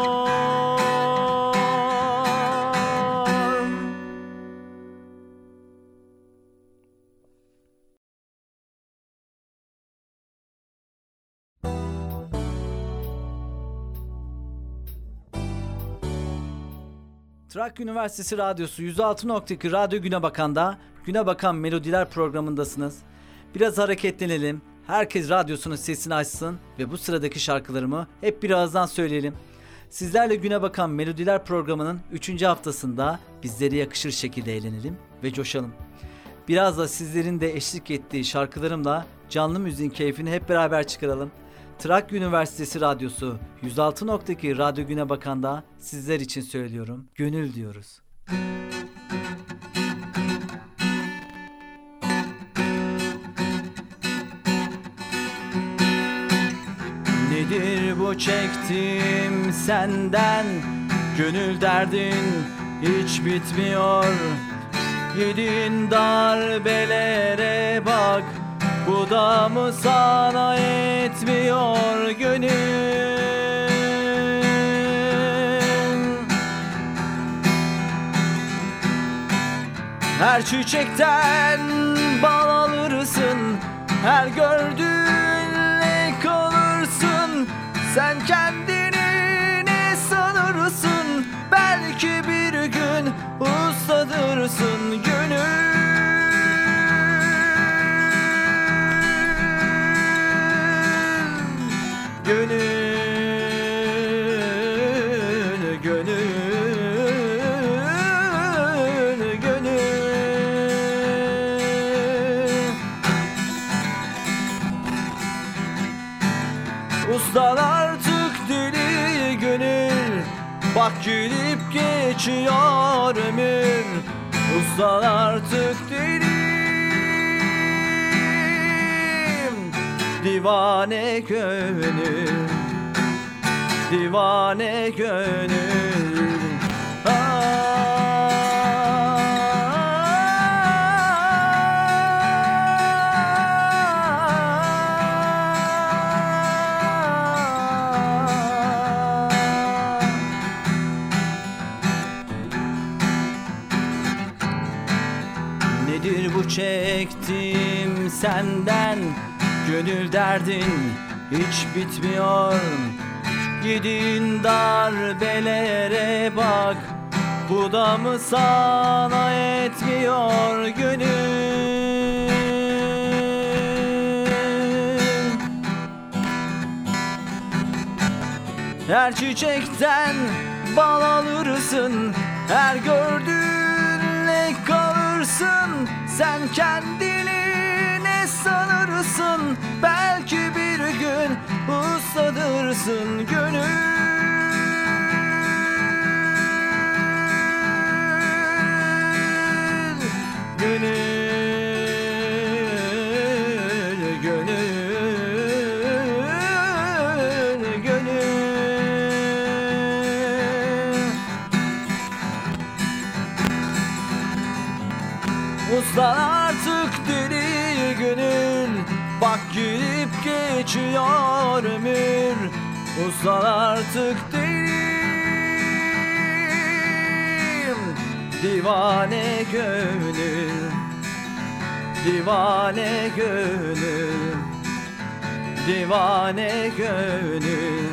Trakya Üniversitesi Radyosu 106.2 Radyo Güne Bakan'da Güne Bakan Melodiler programındasınız. Biraz hareketlenelim, herkes radyosunun sesini açsın ve bu sıradaki şarkılarımı hep bir ağızdan söyleyelim. Sizlerle Güne Bakan Melodiler programının 3. haftasında bizlere yakışır şekilde eğlenelim ve coşalım. Biraz da sizlerin de eşlik ettiği şarkılarımla canlı müziğin keyfini hep beraber çıkaralım. Trakya Üniversitesi Radyosu 106.2 Radyo Güne Bakan'da sizler için söylüyorum. Gönül diyoruz. Nedir bu çektiğim senden? Gönül derdin hiç bitmiyor. Yediğin darbelere bak, bu da mı sana yetmiyor gönül? Her çiçekten bal alırsın, her gördüğünle kalırsın. Sen kendini ne sanırsın? Belki bir gün ustadırsın gönül. Gönül, gönül, gönül. Uslan artık deli gönül, bak gülüp geçiyor ömür. Uslan artık deli, divane gönül, divane gönül. Nedir bu çektiğim senden? Gönül derdin hiç bitmiyor. Yediğin darbelere bak, bu da mı sana yetmiyor gönül? Her çiçekten bal alırsın, her gördüğünle kalırsın. Sen kendini ne sanırsın? Belki bir gün uslanırsın gönül. Uslan artık deli gönül, bak gelip geçiyor ömür. Uslan artık delim, divane gönül, divane gönül, divane gönül,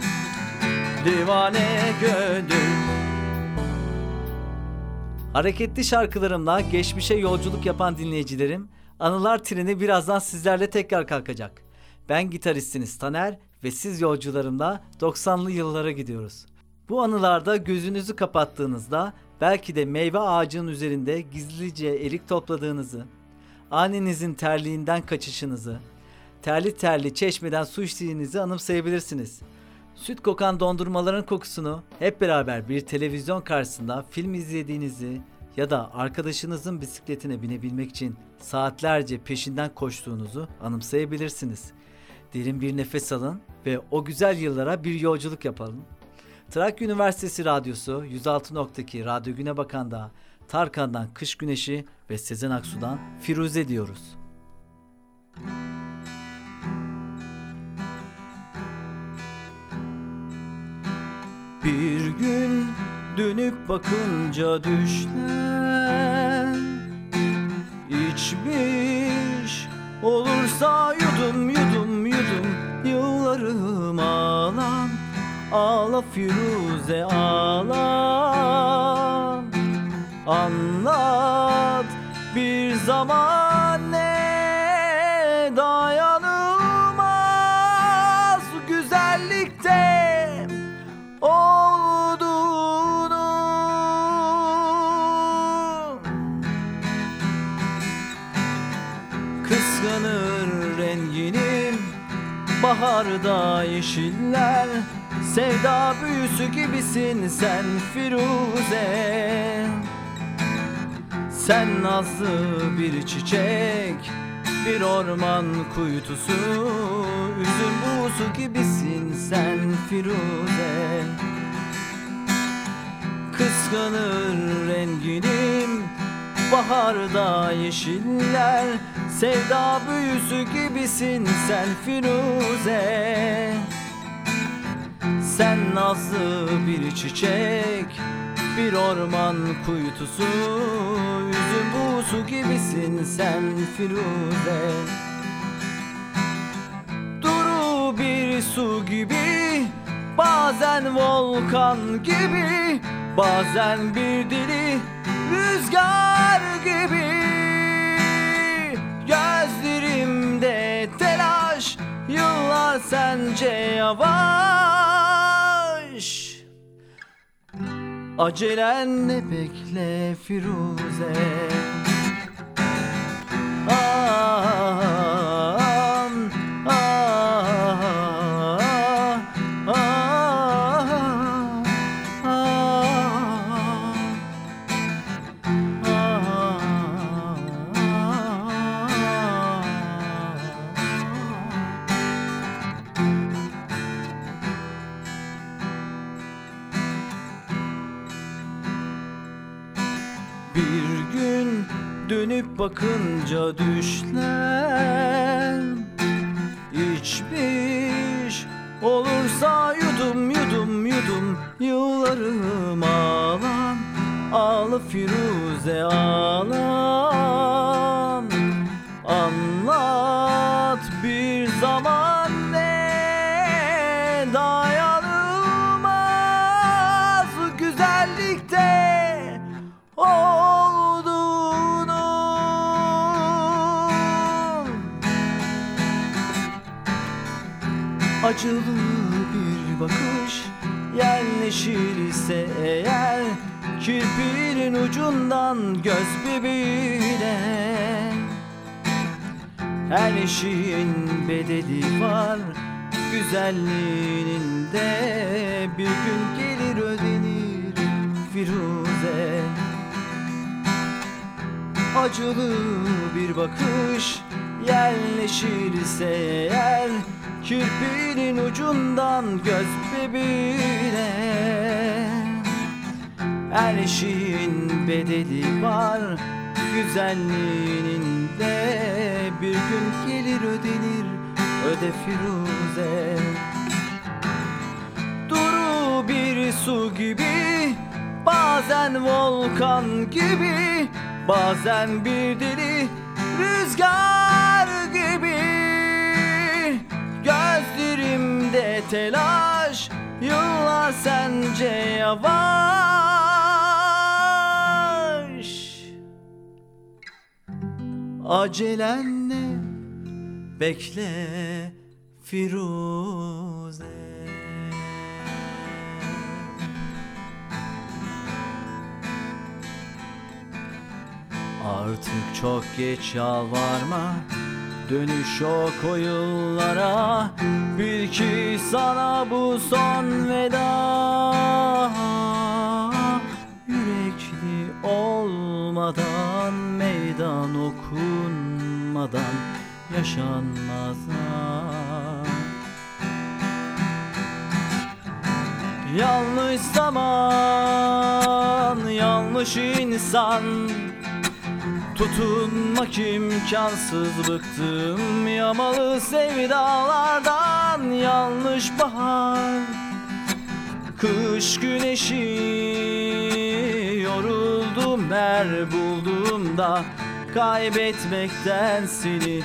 divane gönül. Hareketli şarkılarımla geçmişe yolculuk yapan dinleyicilerim, Anılar Treni birazdan sizlerle tekrar kalkacak. Ben gitaristiniz Taner ve siz yolcularımla 90'lı yıllara gidiyoruz. Bu anılarda gözünüzü kapattığınızda belki de meyve ağacının üzerinde gizlice erik topladığınızı, annenizin terliğinden kaçışınızı, terli terli çeşmeden su içtiğinizi anımsayabilirsiniz. Süt kokan dondurmaların kokusunu, hep beraber bir televizyon karşısında film izlediğinizi ya da arkadaşınızın bisikletine binebilmek için saatlerce peşinden koştuğunuzu anımsayabilirsiniz. Derin bir nefes alın ve o güzel yıllara bir yolculuk yapalım. Trakya Üniversitesi Radyosu 106.2 Radyo Güne Bakan'da Tarkan'dan Kış Güneşi ve Sezen Aksu'dan Firuze diyoruz. Bir gün dönüp bakınca düşler içmiş olursa yudum yudum yudum yıllarım ağlam. Ağla Firuze ağla, anlat bir zaman ne dayanılmaz güzellikte olduğunu. Kıskanır renginim baharda yeşiller, sevda büyüsü gibisin sen Firuze. Sen nazlı bir çiçek, bir orman kuytusu, üzüm buğusu gibisin sen Firuze. Kıskanır renginim baharda yeşiller, sevda büyüsü gibisin sen Firuze. Sen nazlı bir çiçek, bir orman kuytusu, üzüm buğusu gibisin sen Firuze. Duru bir su gibi, bazen volkan gibi, bazen bir deli rüzgar gibi. Gözlerimde telaş, yıllar sence yavaş. Acelenle bekle Firuze. Bir gün dönüp bakınca düşler içmiş olursa yudum yudum yudum yıllarım ağlam. Ağla Firuze ağlam, anlat bir zaman ne dayanılmaz güzellikte olduğunu. Acılı bir bir bakış yerleşirse eğer kirpiğin ucundan göz bebeğine, her şeyin bedeli var, güzelliğinin de bir gün gelir ödenir Firuze. Acılı bir bakış yerleşirse eğer kirpiğin ucundan göz bebeğine, her şeyin bedeli var, güzelliğinin de bir gün gelir ödenir, öde Firuze. Duru bir su gibi, bazen volkan gibi, bazen bir deli rüzgar gibi. Gözlerimde telaş, yıllar sence yavaş. Acelen ne? Bekle Firuze. Artık çok geç, yalvarma, dönüş yok o yıllara. Bil ki sana bu son veda. Yürekli olmadan, meydan okunmadan yaşanmaz. Yanlış zaman, yanlış insan, tutunmak imkansız, bıktım yamalı sevdalardan. Yanlış bahar, kış güneşi, yoruldum her bulduğumda kaybetmekten seni.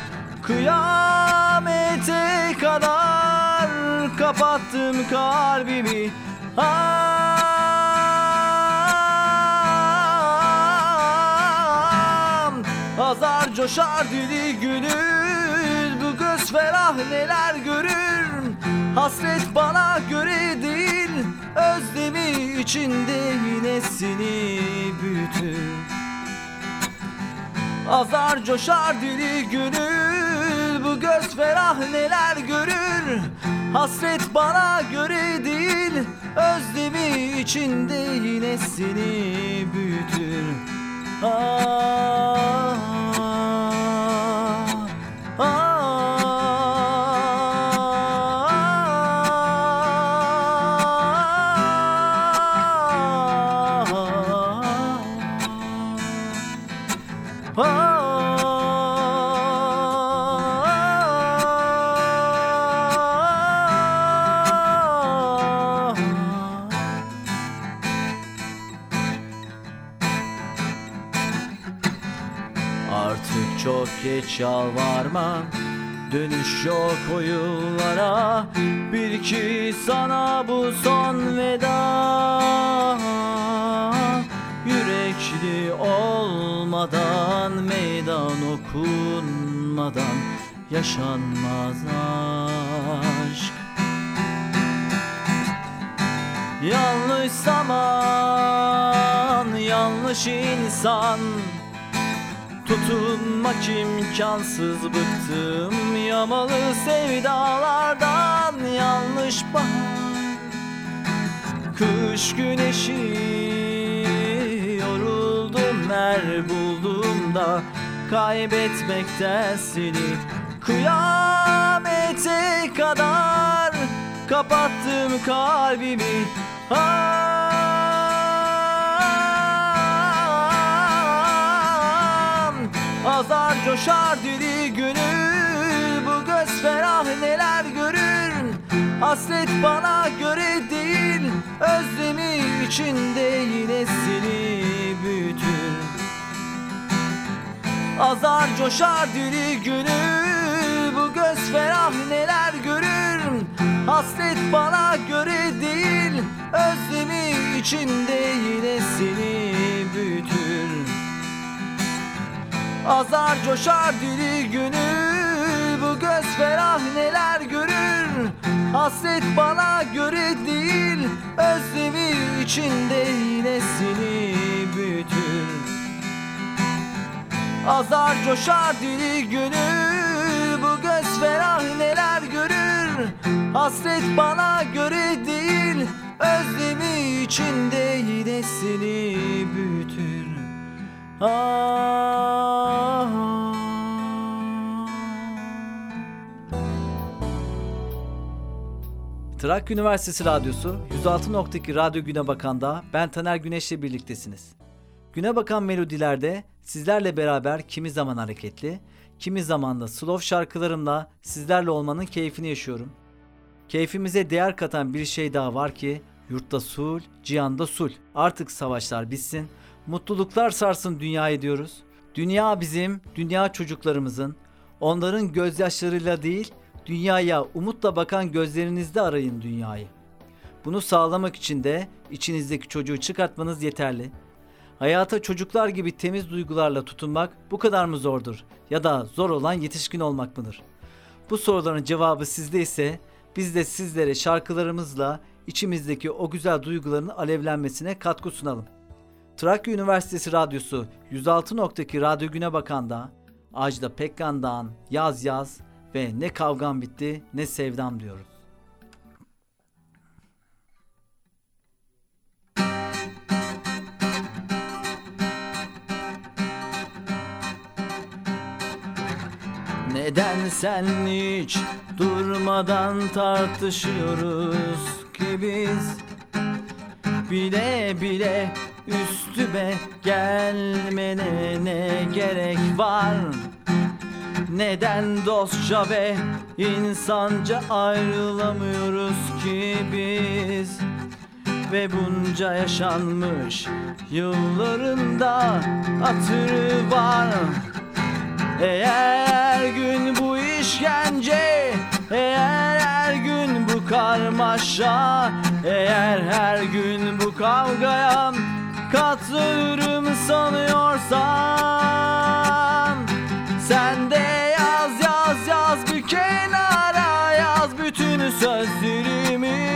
Kıyamete kadar kapattım kalbimi. Azar coşar dili gönül, bu göz ferah neler görür. Hasret bana göre değil, özlemi içinde yine seni büyütür. Azar coşar dili gönül, bu göz ferah neler görür. Hasret bana göre değil, özlemi içinde yine seni büyütür. Artık çok geç, yalvarma, dönüş yok o yıllara. Bil ki sana bu son veda. Yürekli olmadan, meydan okunmadan yaşanmaz aşk. Yanlış zaman, yanlış insan, tutunmak imkansız, bıktım yamalı sevdalardan. Yanlış bahar, kış güneşi, yoruldum her bulduğumda kaybetmekten seni. Kıyamete kadar kapattım kalbimi. Azar coşar dili gönül, bu göz ferah neler görür. Hasret bana göre değil, özlemi içinde yine seni büyütür. Azar coşar dili gönül, bu göz ferah neler görür. Hasret bana göre değil, özlemi içinde yine seni büyütür. Azar coşar dili gönül, bu göz ferah neler görür. Hasret bana göre değil, özlemi içinde yine seni büyütür. Azar coşar dili gönül, bu göz ferah neler görür. Hasret bana göre değil, özlemi içinde yine seni büyütür. Trakya Üniversitesi Radyosu 106.2 Radyo Güne Bakan'da ben Taner Güneş'le birliktesiniz. Güne Bakan melodilerde sizlerle beraber kimi zaman hareketli, kimi zaman da slow şarkılarımla sizlerle olmanın keyfini yaşıyorum. Keyfimize değer katan bir şey daha var ki yurtta sul, cihanda sul. Artık savaşlar bitsin, mutluluklar sarsın dünyayı diyoruz. Dünya bizim, dünya çocuklarımızın. Onların gözyaşlarıyla değil, dünyaya umutla bakan gözlerinizde arayın dünyayı. Bunu sağlamak için de içinizdeki çocuğu çıkartmanız yeterli. Hayata çocuklar gibi temiz duygularla tutunmak bu kadar mı zordur? Ya da zor olan yetişkin olmak mıdır? Bu soruların cevabı sizde ise biz de sizlere şarkılarımızla içimizdeki o güzel duyguların alevlenmesine katkı sunalım. Trakya Üniversitesi Radyosu 106.2 Radyo Güne Bakan'da Ajda Pekkan'dan Yaz Yaz ve Ne kavgam bitti ne sevdam diyoruz. Neden sen hiç durmadan tartışıyoruz ki biz? Bile bile üstüme gelmene ne gerek var? Neden dostça ve insanca ayrılamıyoruz ki biz? Ve bunca yaşanmış yıllarında hatırı var. Eğer her gün bu işkence, eğer her gün bu karmaşa, eğer her gün bu kavgaya katlanırım sanıyorsan, sen de yaz yaz yaz bir kenara, yaz bütün sözlerimi.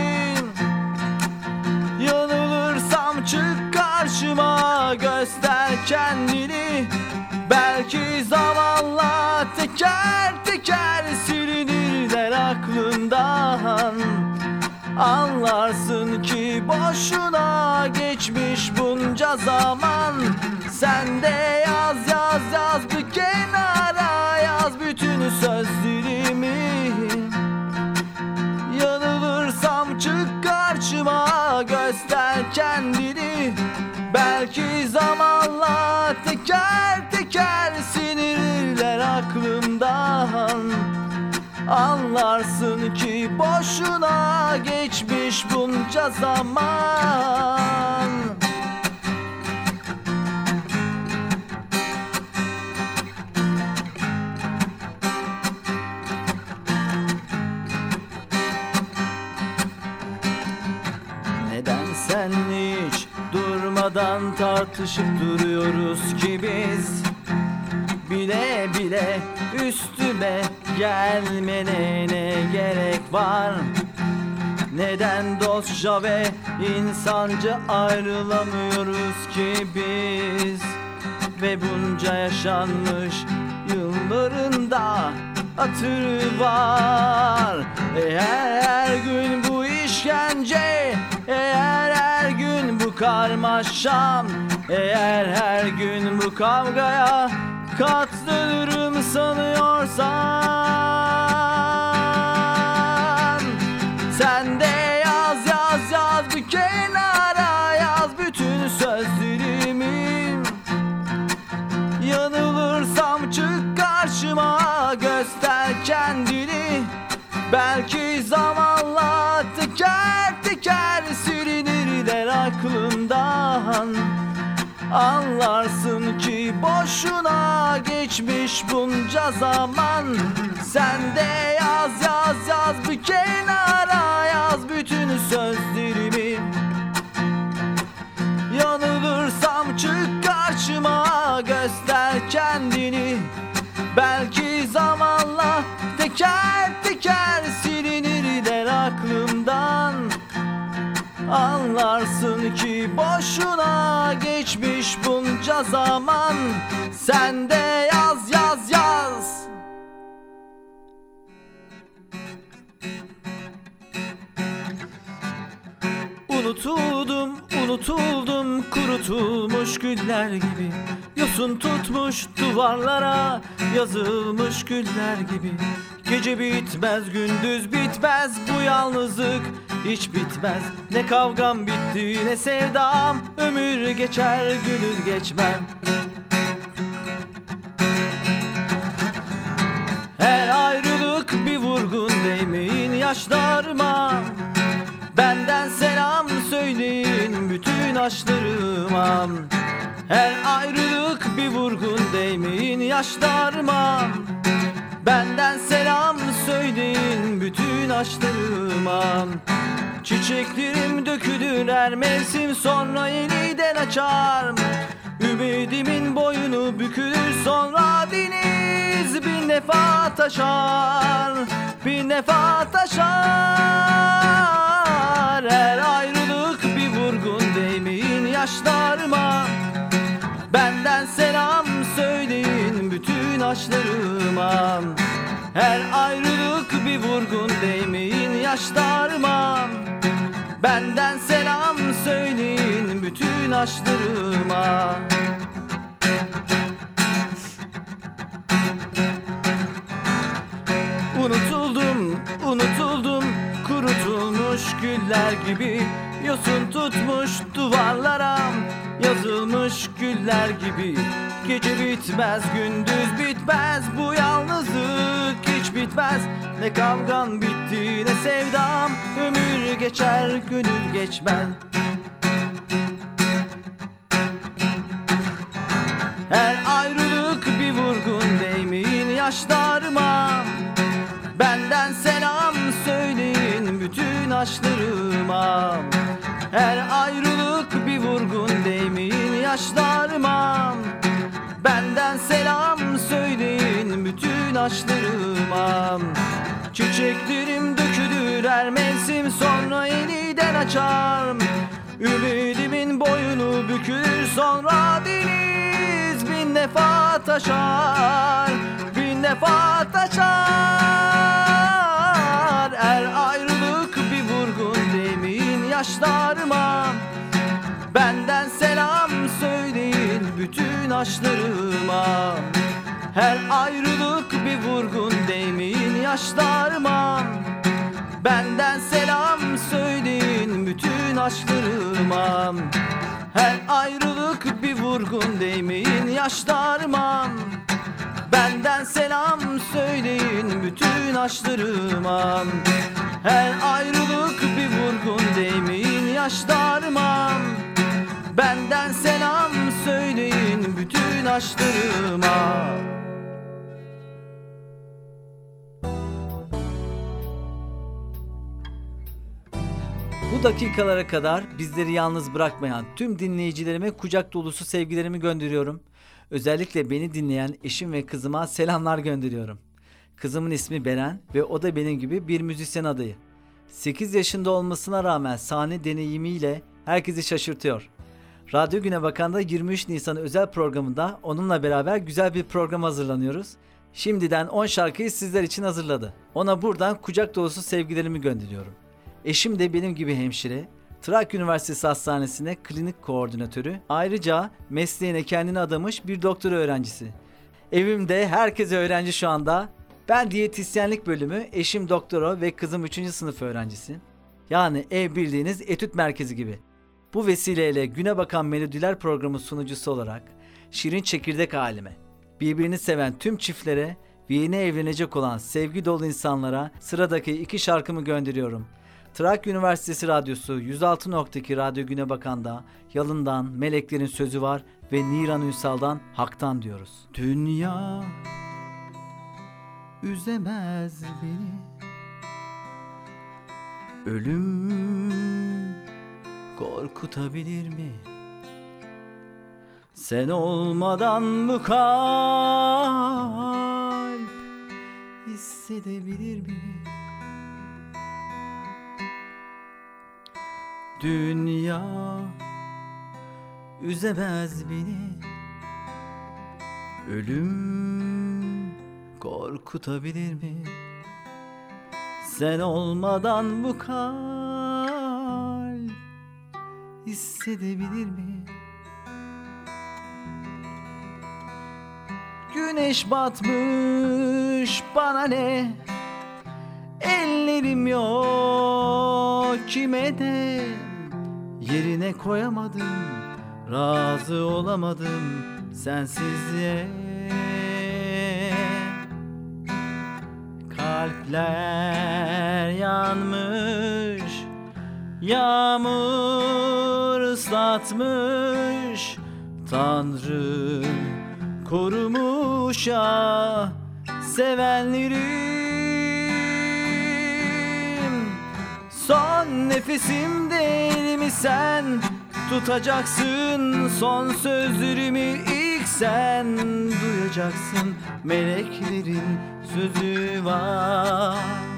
Yanılırsam çık karşıma, göster kendini. Belki zamanla teker teker silinirler aklından. Anlarsın ki boşuna geçmiş bunca zaman. Sen de yaz yaz yaz bir kenara, yaz bütün sözlerimi. Yanılırsam çık karşıma, göster kendini. Belki zamanla teker teker sinirler aklımdan. Anlarsın ki boşuna geçmiş bunca zaman. Neden sen hiç durmadan tartışıp duruyoruz ki biz? Bile bile üstüme gelmene ne gerek var? Neden dostça ve insanca ayrılamıyoruz ki biz? Ve bunca yaşanmış yıllarında hatırı var. Eğer her gün bu işkence, eğer her gün bu karmaşam, eğer her gün bu kavgaya katlanırım sanıyorsan, sen de yaz yaz yaz bir kenara, yaz bütün sözlerimi. Yanılırsam çık karşıma, göster kendini. Belki zamanla teker teker silinirler aklımdan. Anlarsın ki boşuna geçmiş bunca zaman. Sen de yaz yaz yaz bir kenara, yaz bütün sözlerimi. Yanılırsam çık karşıma, göster kendini. Belki zamanla teker teker silinirler Anlarsın ki boşuna geçmiş bunca zaman. Sen de yaz yaz yaz. Unutuldum, unutuldum kurutulmuş güller gibi. Yosun tutmuş duvarlara yazılmış güller gibi. Gece bitmez, gündüz bitmez, bu yalnızlık hiç bitmez. Ne kavgam bitti ne sevdam, ömür geçer gülür geçmem. Her ayrılık bir vurgun, değmeyin yaşlarıma. Benden selam söyleyin bütün aşklarıma. Her ayrılık bir vurgun, değmeyin yaşlarıma. Benden selam söyleyin bütün aşklarıma. Çiçeklerim dökülür her mevsim, sonra yeniden açar. Ümidimin boynu bükülür, sonra deniz bin defa taşar. Bin defa taşar. Her ayrılık bir vurgun, değmeyin yaşlarıma. Benden selam söyleyin bütün aşklarıma. Her ayrılık bir vurgun, değmeyin yaşlarıma. Benden selam söyleyin bütün aşklarıma. Unutuldum, unutuldum kurutulmuş güller gibi. Yosun tutmuş duvarlara yazılmış güller gibi. Gece bitmez, gündüz bitmez, bu yalnızlık hiç bitmez. Ne kavgan bitti ne sevdam, ömür geçer gönül geçmez. Her ayrılık bir vurgun, değmeyin yaşlarıma. Benden selam söyleyin bütün aşklarıma. Her ayrılık bir vurgun, değmeyin yaşlarıma. Benden selam söyleyin bütün aşklarıma. Çiçeklerim dökülür her mevsim, sonra yeniden açar. Ümidimin boynu bükülür, sonra deniz bin defa taşar. Bin defa taşar. Her ayrılık bir vurgun, değmeyin yaşlarıma. Benden selam söyleyin bütün aşklarıma. Her ayrılık bir vurgun, değmeyin yaşlarıma. Benden selam söyleyin bütün aşklarıma. Her ayrılık bir vurgun, değmeyin yaşlarıma. Benden selam söyleyin bütün aşklarıma. Her ayrılık bir vurgun, değmeyin yaşlarıma. Benden selam söyleyin bütün aşklarıma. Bu dakikalara kadar bizleri yalnız bırakmayan tüm dinleyicilerime kucak dolusu sevgilerimi gönderiyorum. Özellikle beni dinleyen eşim ve kızıma selamlar gönderiyorum. Kızımın ismi Beren ve o da benim gibi bir müzisyen adayı. 8 yaşında olmasına rağmen sahne deneyimiyle herkesi şaşırtıyor. Radyo Güne Bakan'da 23 Nisan özel programında onunla beraber güzel bir program hazırlanıyoruz. Şimdiden 10 şarkıyı sizler için hazırladı. Ona buradan kucak dolusu sevgilerimi gönderiyorum. Eşim de benim gibi hemşire, Trakya Üniversitesi Hastanesi'nde klinik koordinatörü, ayrıca mesleğine kendini adamış bir doktora öğrencisi. Evimde herkese öğrenci şu anda. Ben diyetisyenlik bölümü, eşim doktora ve kızım 3. sınıf öğrencisi. Yani ev bildiğiniz etüt merkezi gibi. Bu vesileyle Güne Bakan Melodiler programı sunucusu olarak şirin çekirdek aleme, birbirini seven tüm çiftlere ve yeni evlenecek olan sevgi dolu insanlara sıradaki 2 şarkımı gönderiyorum. Trakya Üniversitesi Radyosu 106.2 Radyo Güne Bakan'da Yalın'dan Meleklerin Sözü Var ve Niran Ünsal'dan Hak'tan diyoruz. Dünya üzemez beni, ölüm korkutabilir mi? Sen olmadan bu kalp hissedebilir mi? Dünya üzemez beni, ölüm korkutabilir mi? Sen olmadan bu kalp hissedebilir mi? Güneş batmış, bana ne? Ellerim yok, kime de yerine koyamadım, razı olamadım sensizliğe. Kalpler yanmış, yağmur ıslatmış, Tanrı korumuş ya sevenlerim. Son nefesimde elimi sen tutacaksın, son sözlerimi ilk sen duyacaksın. Meleklerin sözü var,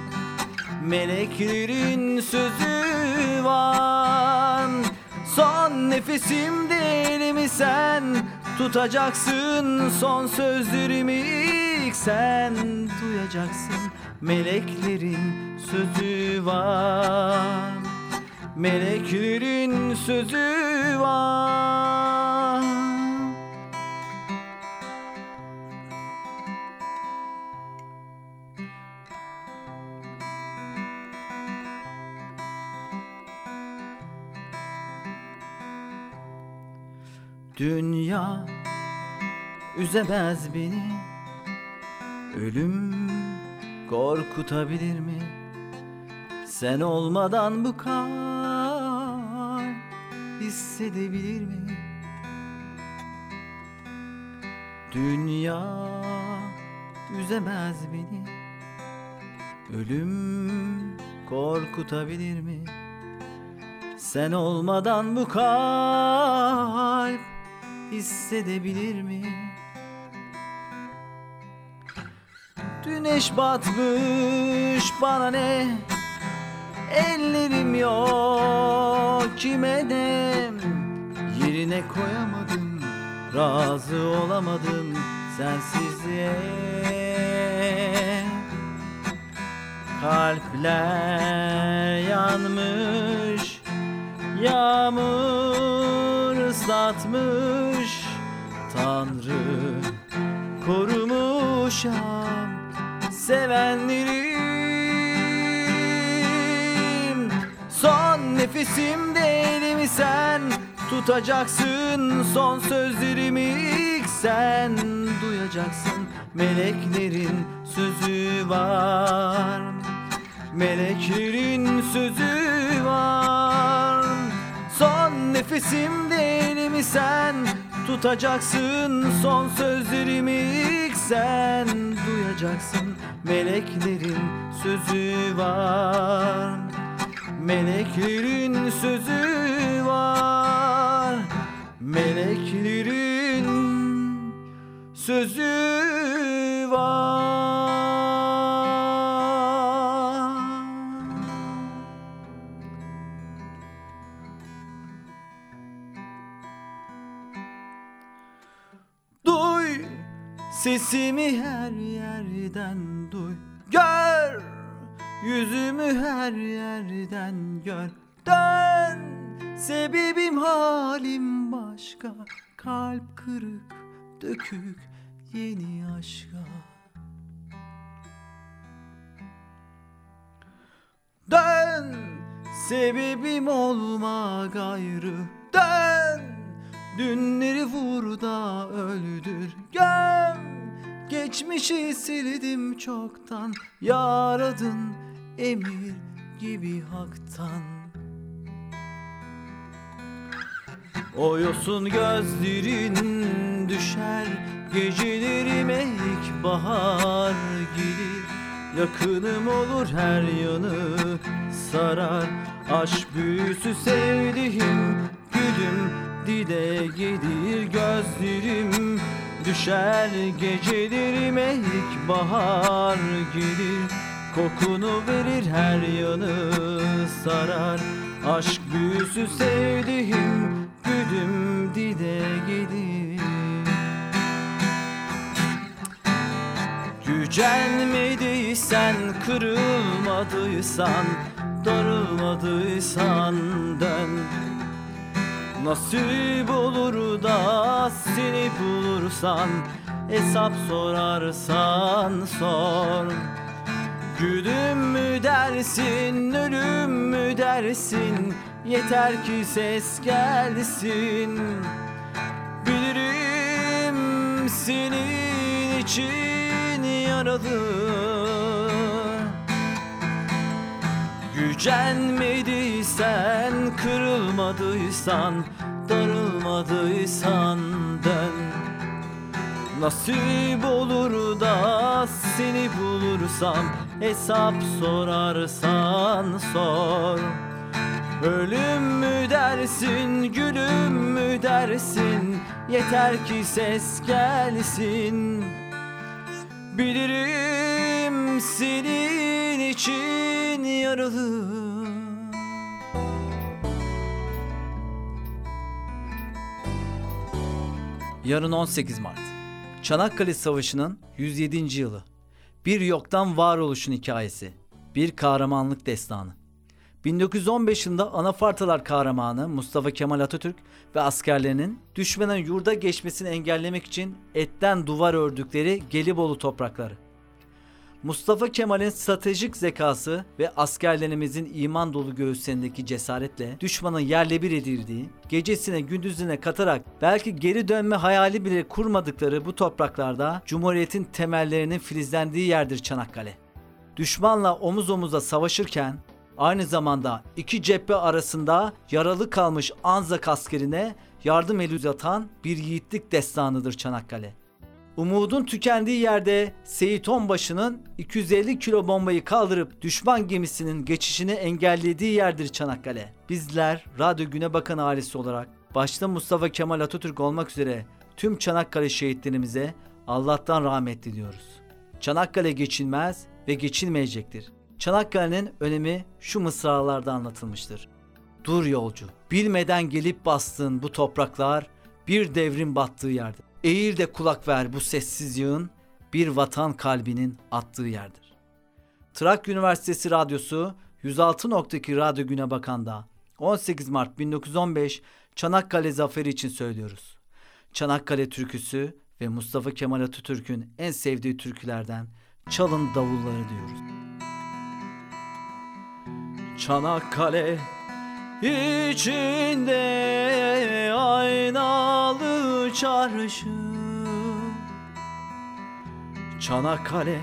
meleklerin sözü var. Son nefesimde elimi sen tutacaksın, son sözlerimi ilk sen duyacaksın. Meleklerin sözü var, meleklerin sözü var. Dünya üzemez beni, ölüm korkutabilir mi? Sen olmadan bu kalp hissedebilir mi? Dünya üzemez beni, ölüm korkutabilir mi? Sen olmadan bu kalp hissedebilir mi? Güneş batmış, bana ne? Ellerim yok, kime de yerine koyamadım, razı olamadım sensizliğe. Kalpler yanmış, yağmur ıslatmış, Tanrı korumuş ya sevenlerim. Son nefesimde elimi sen tutacaksın, son sözlerimi ilk sen duyacaksın. Meleklerin sözü var, meleklerin sözü var. Son nefesimde elimi sen tutacaksın, son sözlerimi ilk sen duyacaksın. Meleklerin sözü var, meleklerin sözü var, meleklerin sözü var. Duy sesimi her yerden duy, gör yüzümü her yerden gör. Dön, sebebim halim başka, kalp kırık dökük yeni aşka. Dön, sebebim olma gayrı, dön, dünleri vur da öldür, göm. Geçmişi sildim çoktan, yaradın emir gibi haktan. O yosun gözlerin düşer gecelerime, ilk bahar gelir, yakınım olur her yanı sarar. Aşk büyüsü sevdiğim gülüm dile gelir, gözlerim düşer gecelerime, ilk bahar gelir, kokunu verir her yanı sarar. Aşk büyüsü sevdiğim gülüm dile gelir. Gücenmediysen, kırılmadıysan, darılmadıysan dön. Nasip olur da seni bulursan, hesap sorarsan sor. Gülüm mü dersin, ölüm mü dersin, yeter ki ses gelsin. Bilirim senin için yaralı. Gücenmediysen, kırılmadıysan, darılmadıysan dön. Nasip olur da seni bulursam, hesap sorarsan sor. Ölüm mü dersin, gülüm mü dersin, yeter ki ses gelsin. Bilirim senin için yaralı. Yarın 18 Mart. Çanakkale Savaşı'nın 107. yılı. Bir yoktan varoluşun hikayesi. Bir kahramanlık destanı. 1915 yılında Anafartalar kahramanı Mustafa Kemal Atatürk ve askerlerinin düşmanın yurda geçmesini engellemek için etten duvar ördükleri Gelibolu toprakları. Mustafa Kemal'in stratejik zekası ve askerlerimizin iman dolu göğüslerindeki cesaretle düşmanın yerle bir edildiği, gecesine gündüzüne katarak belki geri dönme hayali bile kurmadıkları bu topraklarda Cumhuriyet'in temellerinin filizlendiği yerdir Çanakkale. Düşmanla omuz omuza savaşırken aynı zamanda iki cephe arasında yaralı kalmış Anzak askerine yardım eli uzatan bir yiğitlik destanıdır Çanakkale. Umudun tükendiği yerde Seyit Onbaşı'nın 250 kilo bombayı kaldırıp düşman gemisinin geçişini engellediği yerdir Çanakkale. Bizler Radyo Güne Bakan ailesi olarak başta Mustafa Kemal Atatürk olmak üzere tüm Çanakkale şehitlerimize Allah'tan rahmet diliyoruz. Çanakkale geçilmez ve geçilmeyecektir. Çanakkale'nin önemi şu mısralarda anlatılmıştır. Dur yolcu, bilmeden gelip bastığın bu topraklar bir devrin battığı yerdir. Eğil de kulak ver bu sessiz yığın, bir vatan kalbinin attığı yerdir. Trakya Üniversitesi Radyosu 106.2 Radyo Güne Bakan'da 18 Mart 1915 Çanakkale Zaferi için söylüyoruz. Çanakkale türküsü ve Mustafa Kemal Atatürk'ün en sevdiği türkülerden Çalın Davulları diyoruz. Çanakkale içinde aynalı çarşı, Çanakkale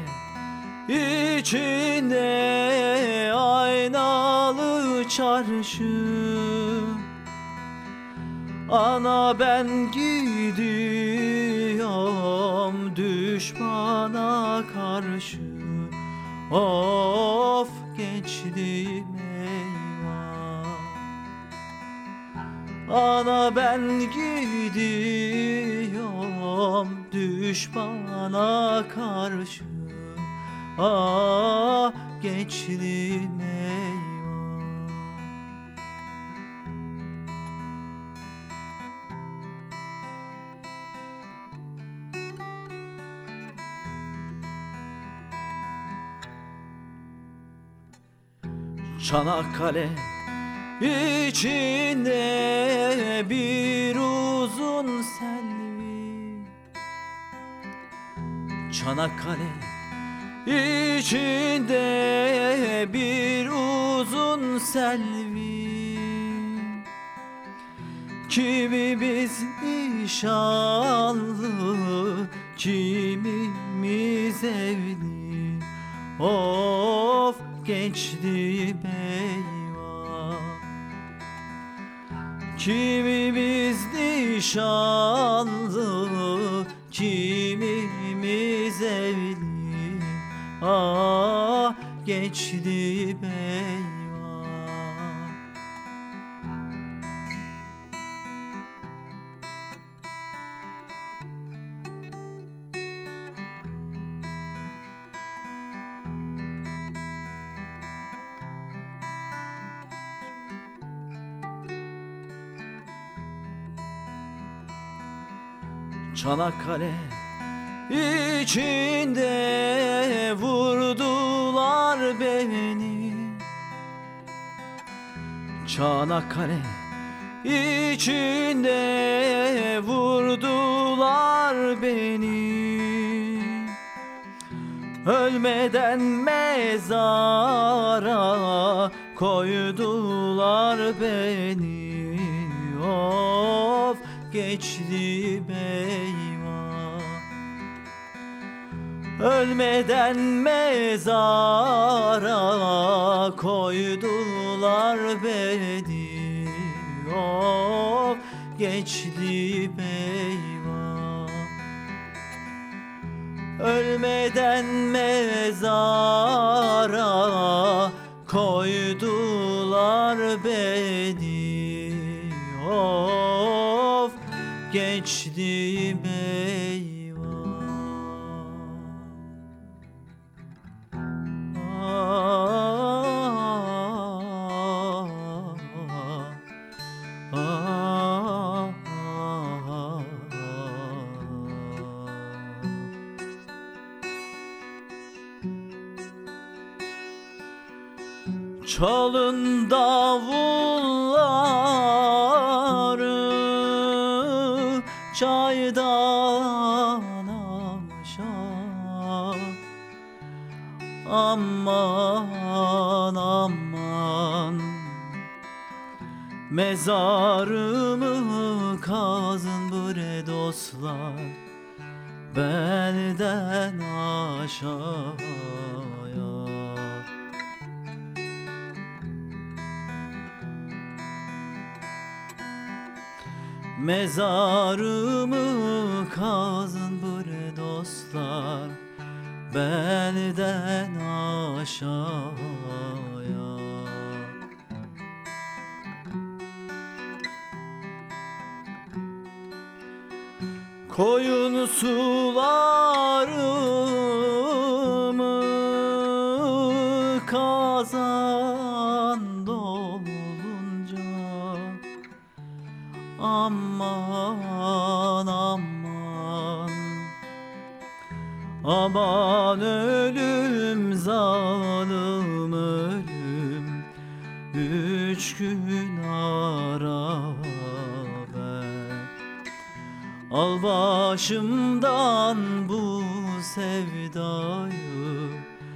içinde aynalı çarşı. Ana ben gidiyorum düşmana karşı, of gençliğim eyvah. Ana ben gidiyorum düşmana karşı, ah gençliğim eyvah. Çanakkale içinde bir uzun selvi, Çanakkale içinde bir uzun selvi. Kimimiz nişanlı, kimimiz evli, of gençliğim eyvah. Kimimiz nişanlı, kimimiz evli, ah gençliğim eyvah. Çanakkale içinde vurdular beni. Çanakkale içinde vurdular beni. Ölmeden mezara koydular beni. Of geçti eyvah. Ölmeden mezara koydular beni. Of geçti eyvah. Ölmeden mezara koydular beni. Of geçti eyvah. Çalın davulları çaydan aşağı. Aman aman, mezarımı kazın bre dostlar, belden aşağıya. Mezarımı kazın bre dostlar, belden aşağıya. Koyun sularımı kazan dolunca. Aman aman, aman ölüm zalim ölüm, 3 gün ara ver. Al başımdan bu sevdayı,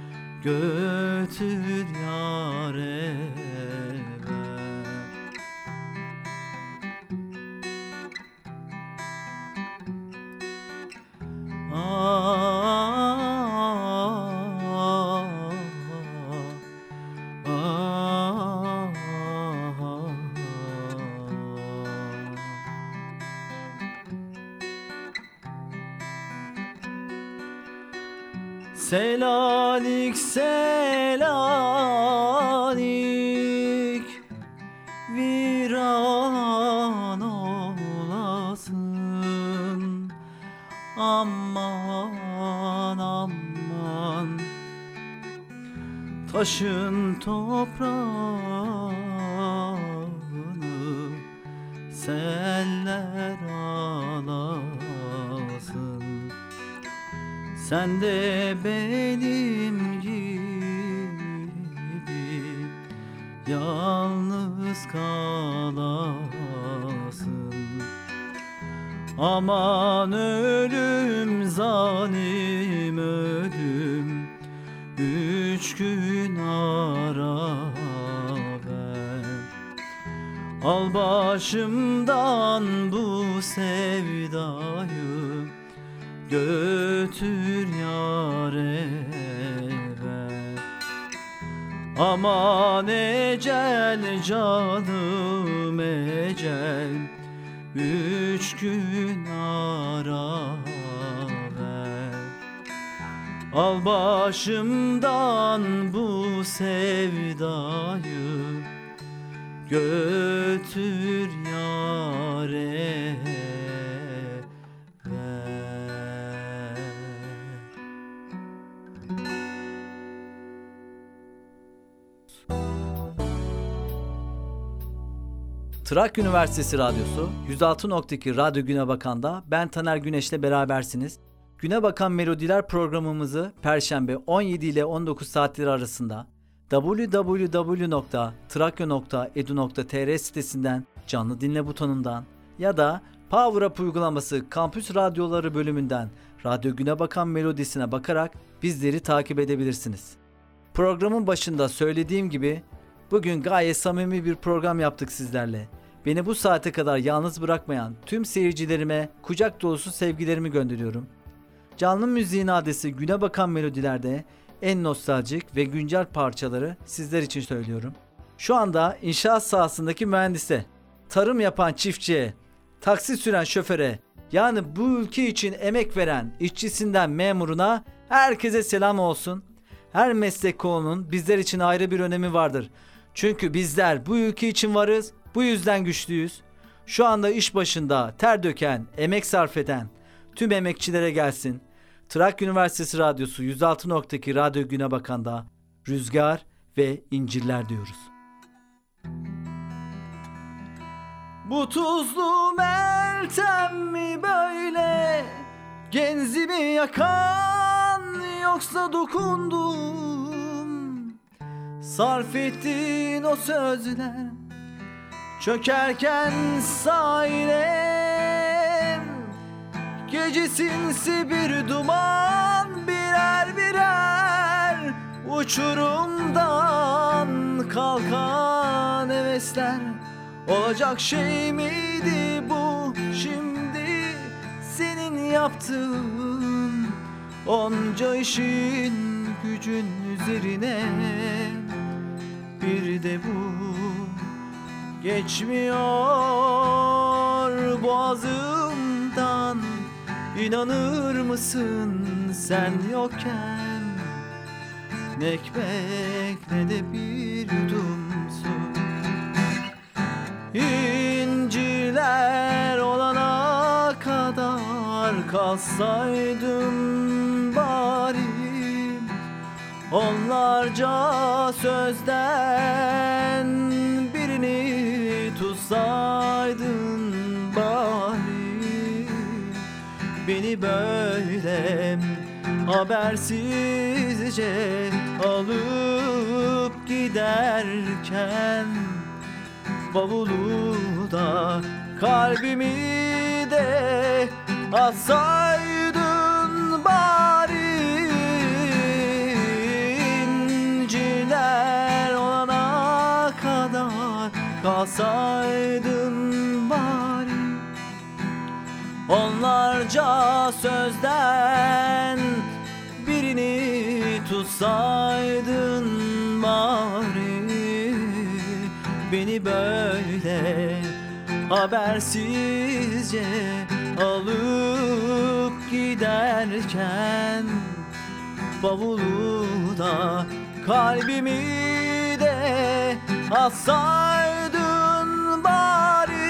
götür yâre ver. Selalik selalik viran olasın. Aman aman, taşın toprağını seller alasın. Sen de benim gibi yalnız kalasın. Aman ölüm zalim ölüm, 3 gün ara ver. Al başımdan bu sevdayı, götür yâre ver. Aman ecel canım ecel, 3 gün ara ver. Al başımdan bu sevdayı, götür yâre ver. Trakya Üniversitesi Radyosu 106.2 Radyo Güne Bakan'da ben Taner Güneş'le berabersiniz. Güne Bakan Melodiler programımızı Perşembe 17 ile 19 saatleri arasında www.trakya.edu.tr sitesinden canlı dinle butonundan ya da Power Up uygulaması Kampüs Radyoları bölümünden Radyo Güne Bakan Melodisine bakarak bizleri takip edebilirsiniz. Programın başında söylediğim gibi bugün gayet samimi bir program yaptık sizlerle. Beni bu saate kadar yalnız bırakmayan tüm seyircilerime kucak dolusu sevgilerimi gönderiyorum. Canlı müziğin adresi Güne Bakan Melodiler'de en nostaljik ve güncel parçaları sizler için söylüyorum. Şu anda inşaat sahasındaki mühendise, tarım yapan çiftçiye, taksi süren şoföre, yani bu ülke için emek veren işçisinden memuruna herkese selam olsun. Her meslek kolunun bizler için ayrı bir önemi vardır. Çünkü bizler bu ülke için varız, bu yüzden güçlüyüz. Şu anda iş başında ter döken, emek sarf eden tüm emekçilere gelsin. Trakya Üniversitesi Radyosu 106.2 Radyo Güne Bakan'da Rüzgar ve İncirler diyoruz. Bu tuzlu meltem mi böyle, genzimi yakan yoksa dokundum? Sarf ettiğin o sözler çökerken sahile, gece sinsi bir duman, birer birer uçurumdan kalkan hevesler. Olacak şey miydi bu şimdi senin yaptığın onca işin gücün üzerine? Bir de bu geçmiyor boğazımdan. İnanır mısın sen yokken ne ekmek ne de bir yudum su. İnciler olana kadar kalsaydın bari, onlarca sözden birini tutsaydın bari. Beni böyle habersizce alıp giderken, bavulu da kalbimi de atsaydın bari. İnciler olana kadar kalsaydın bari, onlarca sözden birini tutsaydın bari. Beni böyle habersizce alıp giderken, bavulu da kalbimi de atsaydın bari.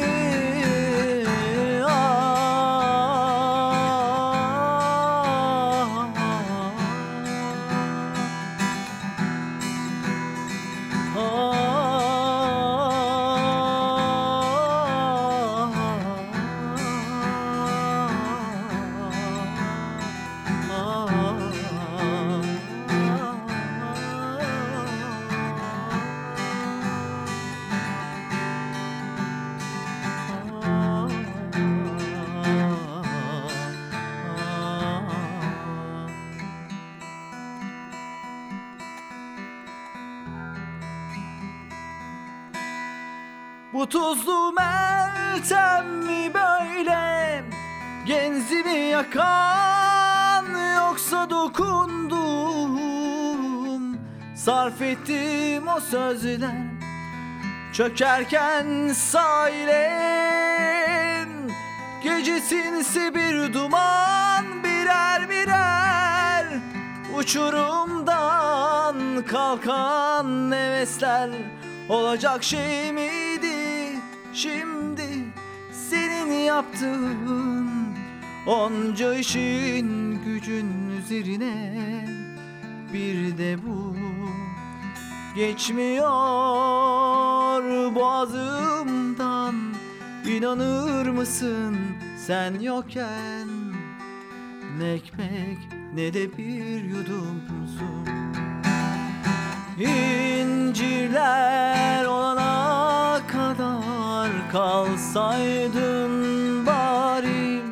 Bu tuzlu meltem mi böyle, genzimi yakan yoksa dokundum? Sarf ettim o sözler çökerken sahile, gece sinsi bir duman, birer birer uçurumdan kalkan hevesler. Olacak şey miydi şimdi senin yaptığın onca işin gücün üzerine? Bir de bu geçmiyor boğazımdan. İnanır mısın sen yokken, ne ekmek ne de bir yudum su. İncirler olana kadar kalsaydın bari,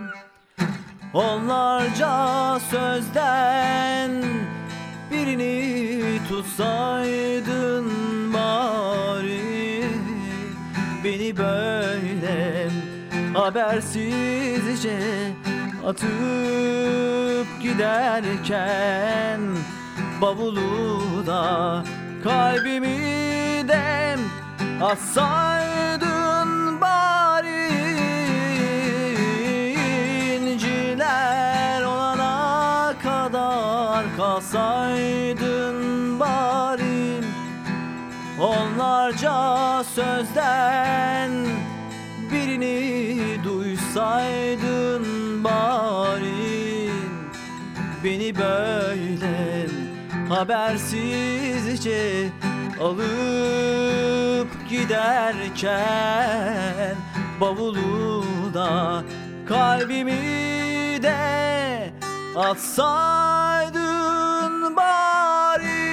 onlarca sözden birini tutsaydın bari. Beni böyle habersizce atıp giderken, bavulu da kalbimi de atsaydın bari. İnciler olana kadar kalsaydın bari, onlarca sözden birini duysaydın bari. Beni böyle habersizce alıp giderken, bavulu da kalbimi de atsaydın bari.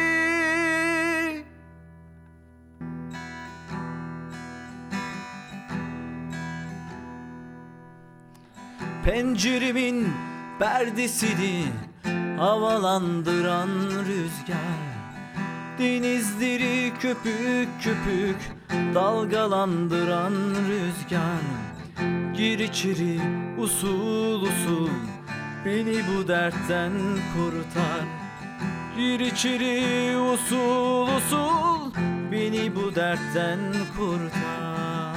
Penceremin perdesini havalandıran rüzgar, denizleri köpük köpük dalgalandıran rüzgar. Gir içeri usul usul, beni bu dertten kurtar. Gir içeri usul usul, beni bu dertten kurtar.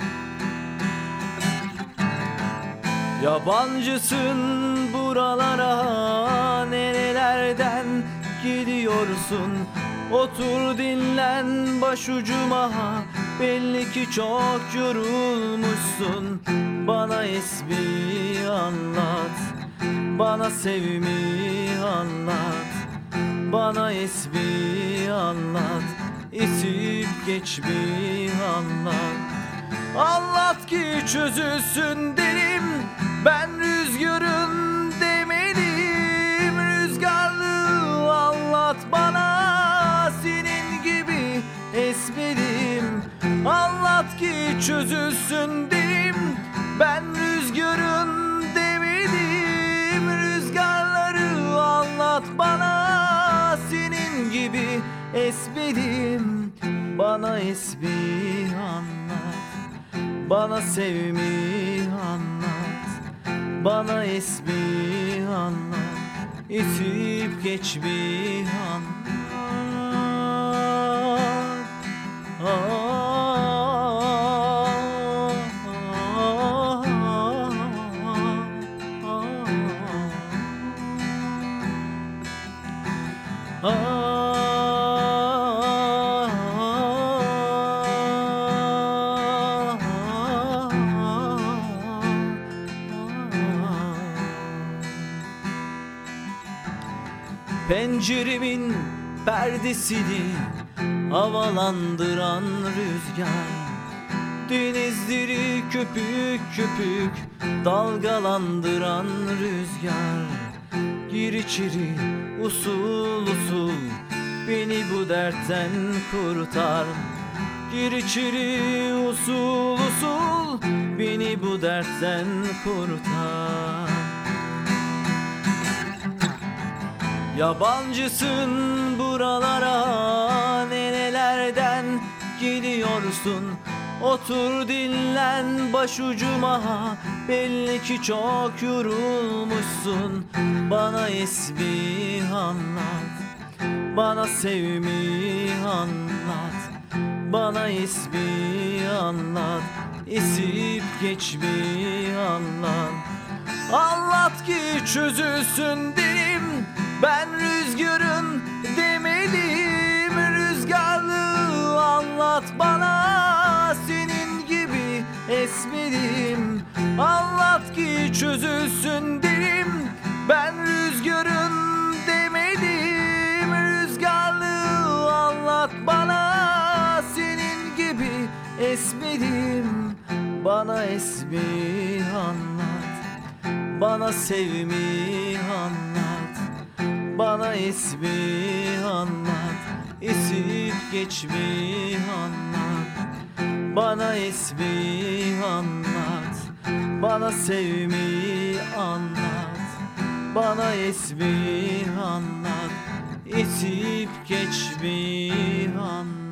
Yabancısın buralara, nerelerden gidiyorsun? Otur dinlen başucuma, belli ki çok yorulmuşsun. Bana esmeyi anlat, bana sevmeyi anlat. Bana esmeyi anlat, esip geçmeyi anlat. Anlat ki çözülsün derim, ben rüzgarın demedim. Rüzgarlı anlat bana, senin gibi esmedim. Anlat ki çözülsün derim, ben rüzgarın demedim. Rüzgarları anlat bana, senin gibi esmedim. Bana esmeyi anlat, bana sevmeyi anlat. Bana esmeyi anlat, esip geçmeyi anlat. Penceremin perdesini havalandıran rüzgar, denizleri köpük köpük dalgalandıran rüzgar. Gir içeri usul usul, beni bu dertten kurtar. Gir içeri usul usul, beni bu dertten kurtar. Yabancısın buralara, nerelerden gidiyorsun? Otur dinlen başucuma, belli ki çok yorulmuşsun. Bana esmeyi anlat, bana sevmeyi anlat. Bana esmeyi anlat, esip geçmeyi anlat. Anlat ki çözülsün derim, ben rüzgarın demedim. Rüzgarlı anlat bana, senin gibi esmedim. Anlat ki çözülsün derim, ben rüzgarın demedim. Rüzgarlı anlat bana, senin gibi esmedim. Bana esmeyi anlat, bana sevmeyi anlat. Bana esmeyi anlat, esip geçmeyi anlat. Bana esmeyi anlat, bana sevmeyi anlat. Bana esmeyi anlat, esip geçmeyi anlat.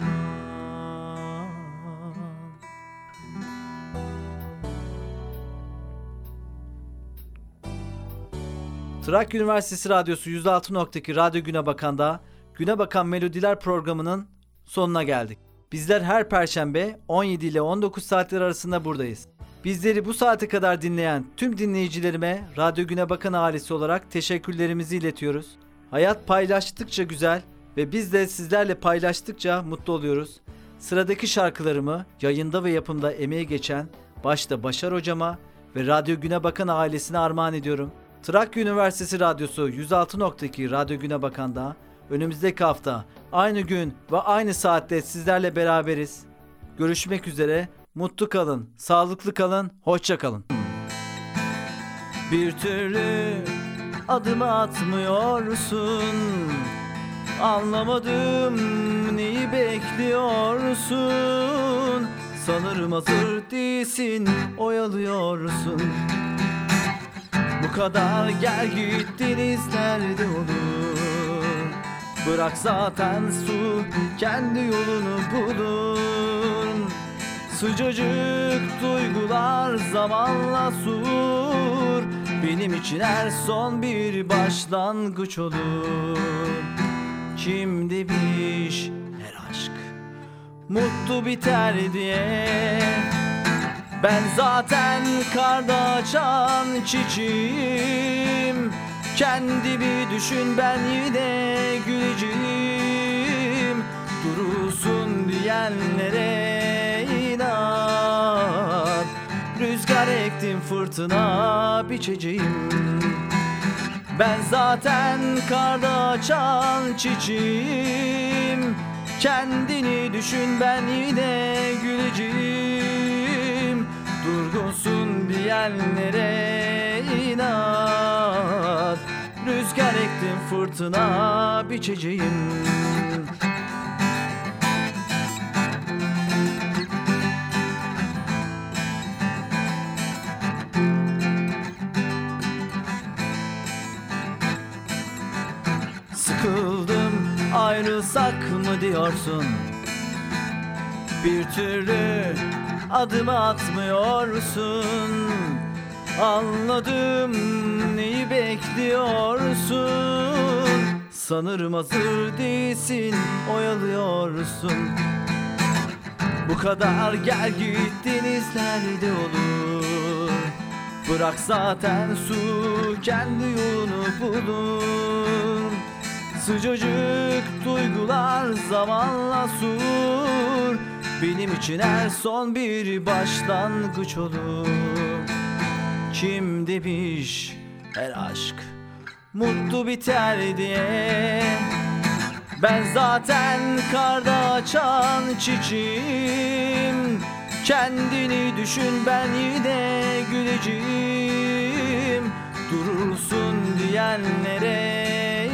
Trakya Üniversitesi Radyosu 106.2 Radyo Güne Bakan'da Güne Bakan Melodiler programının sonuna geldik. Bizler her Perşembe 17 ile 19 saatler arasında buradayız. Bizleri bu saate kadar dinleyen tüm dinleyicilerime Radyo Güne Bakan ailesi olarak teşekkürlerimizi iletiyoruz. Hayat paylaştıkça güzel ve biz de sizlerle paylaştıkça mutlu oluyoruz. Sıradaki şarkılarımı yayında ve yapımda emeği geçen başta Başar hocama ve Radyo Güne Bakan ailesine armağan ediyorum. Trakya Üniversitesi Radyosu 106.2 Radyo Güne Bakan'da önümüzdeki hafta aynı gün ve aynı saatte sizlerle beraberiz. Görüşmek üzere, mutlu kalın, sağlıklı kalın, hoşça kalın. Bir türlü adımı atmıyorsun, anlamadım neyi bekliyorsun. Sanırım hazır değilsin, oyalıyorsun. Bu kadar gel git denizlerde olur. Bırak zaten su kendi yolunu bulur. Sıcacık duygular zamanla soğur. Benim için her son bir başlangıç olur. Kim demiş her aşk mutlu biter diye. Ben zaten karda açan çiçeğim. Kendimi düşün, ben yine güleceğim. Durulsun diyenlere inat. Rüzgar ektim, fırtına biçeceğim. Ben zaten karda açan çiçeğim. Kendini düşün, ben yine güleceğim. Durgunsun diyenlere inat. Rüzgar ektim, fırtına biçeceğim. Sıkıldım, ayrılsak mı diyorsun? Bir türlü adımı atmıyorsun. Anladım neyi bekliyorsun. Sanırım hazır değilsin, oyalıyorsun. Bu kadar gel git denizlerde olur. Bırak zaten su kendi yolunu bulur. Sıcacık duygular zamanla soğur. Benim için her son bir başlangıç olur. Kim demiş her aşk mutlu biter diye. Ben zaten karda açan çiçeğim. Kendini düşün, ben yine güleceğim. Durursun diyenlere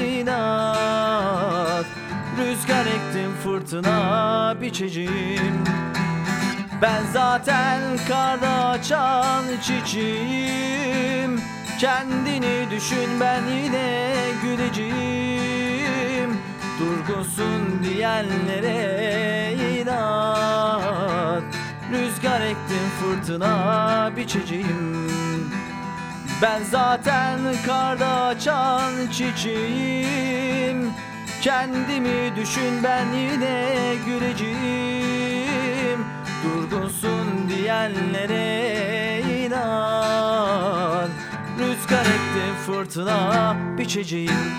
inat. Rüzgar ektim, fırtına biçeceğim. Ben zaten karda açan çiçeğim. Kendini düşün, ben yine güleceğim. Durgunsun diyenlere inat. Rüzgar ektim, fırtına biçeceğim. Ben zaten karda açan çiçeğim. Kendimi düşün, ben yine güleceğim. Durgunsun diyenlere inan. Rüzgar ekti, fırtına biçeceğim.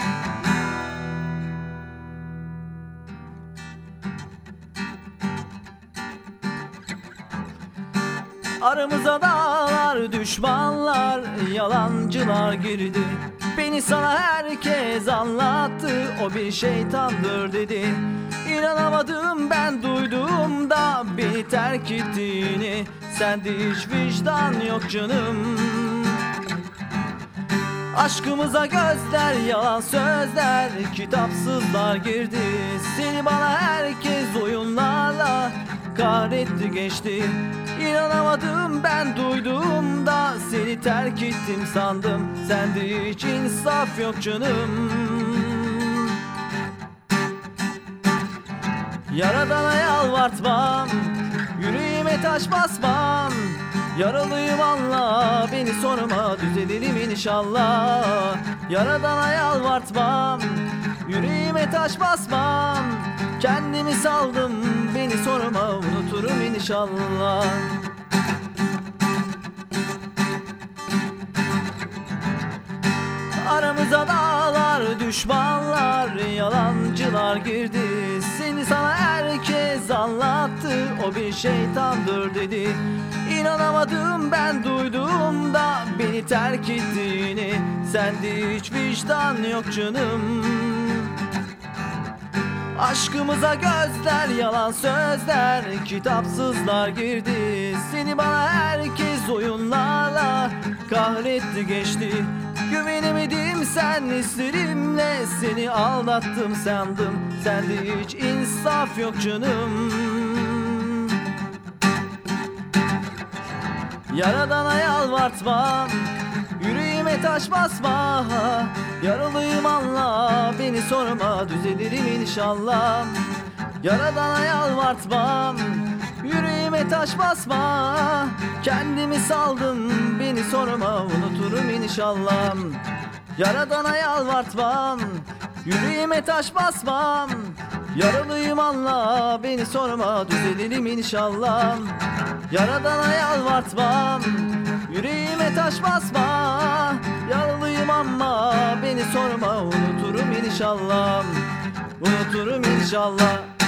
Aramıza dağlar, düşmanlar, yalancılar girdi. Beni sana herkes herkes anlattı, o bir şeytandır dedi. İnanamadım ben duyduğumda beni terk ettiğini. Sende hiç vicdan yok canım. Aşkımıza gözler, yalan sözler, kitapsızlar girdi. Seni bana herkes oyunlarla kahretti geçti. İnanamadım ben duyduğumda seni terk ettim sandım. Sende hiç insaf yok canım. Yaradana yalvartmam, yüreğime taş basmam. Yaralıyım anla, beni sorma, düzelirim inşallah. Yaradana yalvartmam, yüreğime taş basmam. Kendimi saldım, beni sorma, unuturum inşallah. Aramıza dağlar, düşmanlar, yalancılar girdi. Seni sana herkes anlattı, o bir şeytandır dedi. İnanamadım ben duyduğumda beni terk ettiğini. Sende hiç vicdan yok canım. Aşkımıza gözler, yalan sözler, kitapsızlar girdi. Seni bana herkes oyunlarla kahretti geçti. Güvenemedim sen hislerimle, seni aldattım sandım. Sende hiç insaf yok canım. Yaradana yalvartmam, yüreğime taş basma. Yaralıyım anla, beni sorma, düzelirim inşallah. Yaradana yalvartmam, yüreğime taş basma. Kendimi saldım, beni sorma, unuturum inşallah. Yaradana yalvartmam, yüreğime taş basmam. Yaralıyım anla, beni sorma, düzelirim inşallah. Yaradana yalvartmam, yüreğime taş basma. Yaralıyım ama beni sorma, unuturum inşallah. Unuturum inşallah.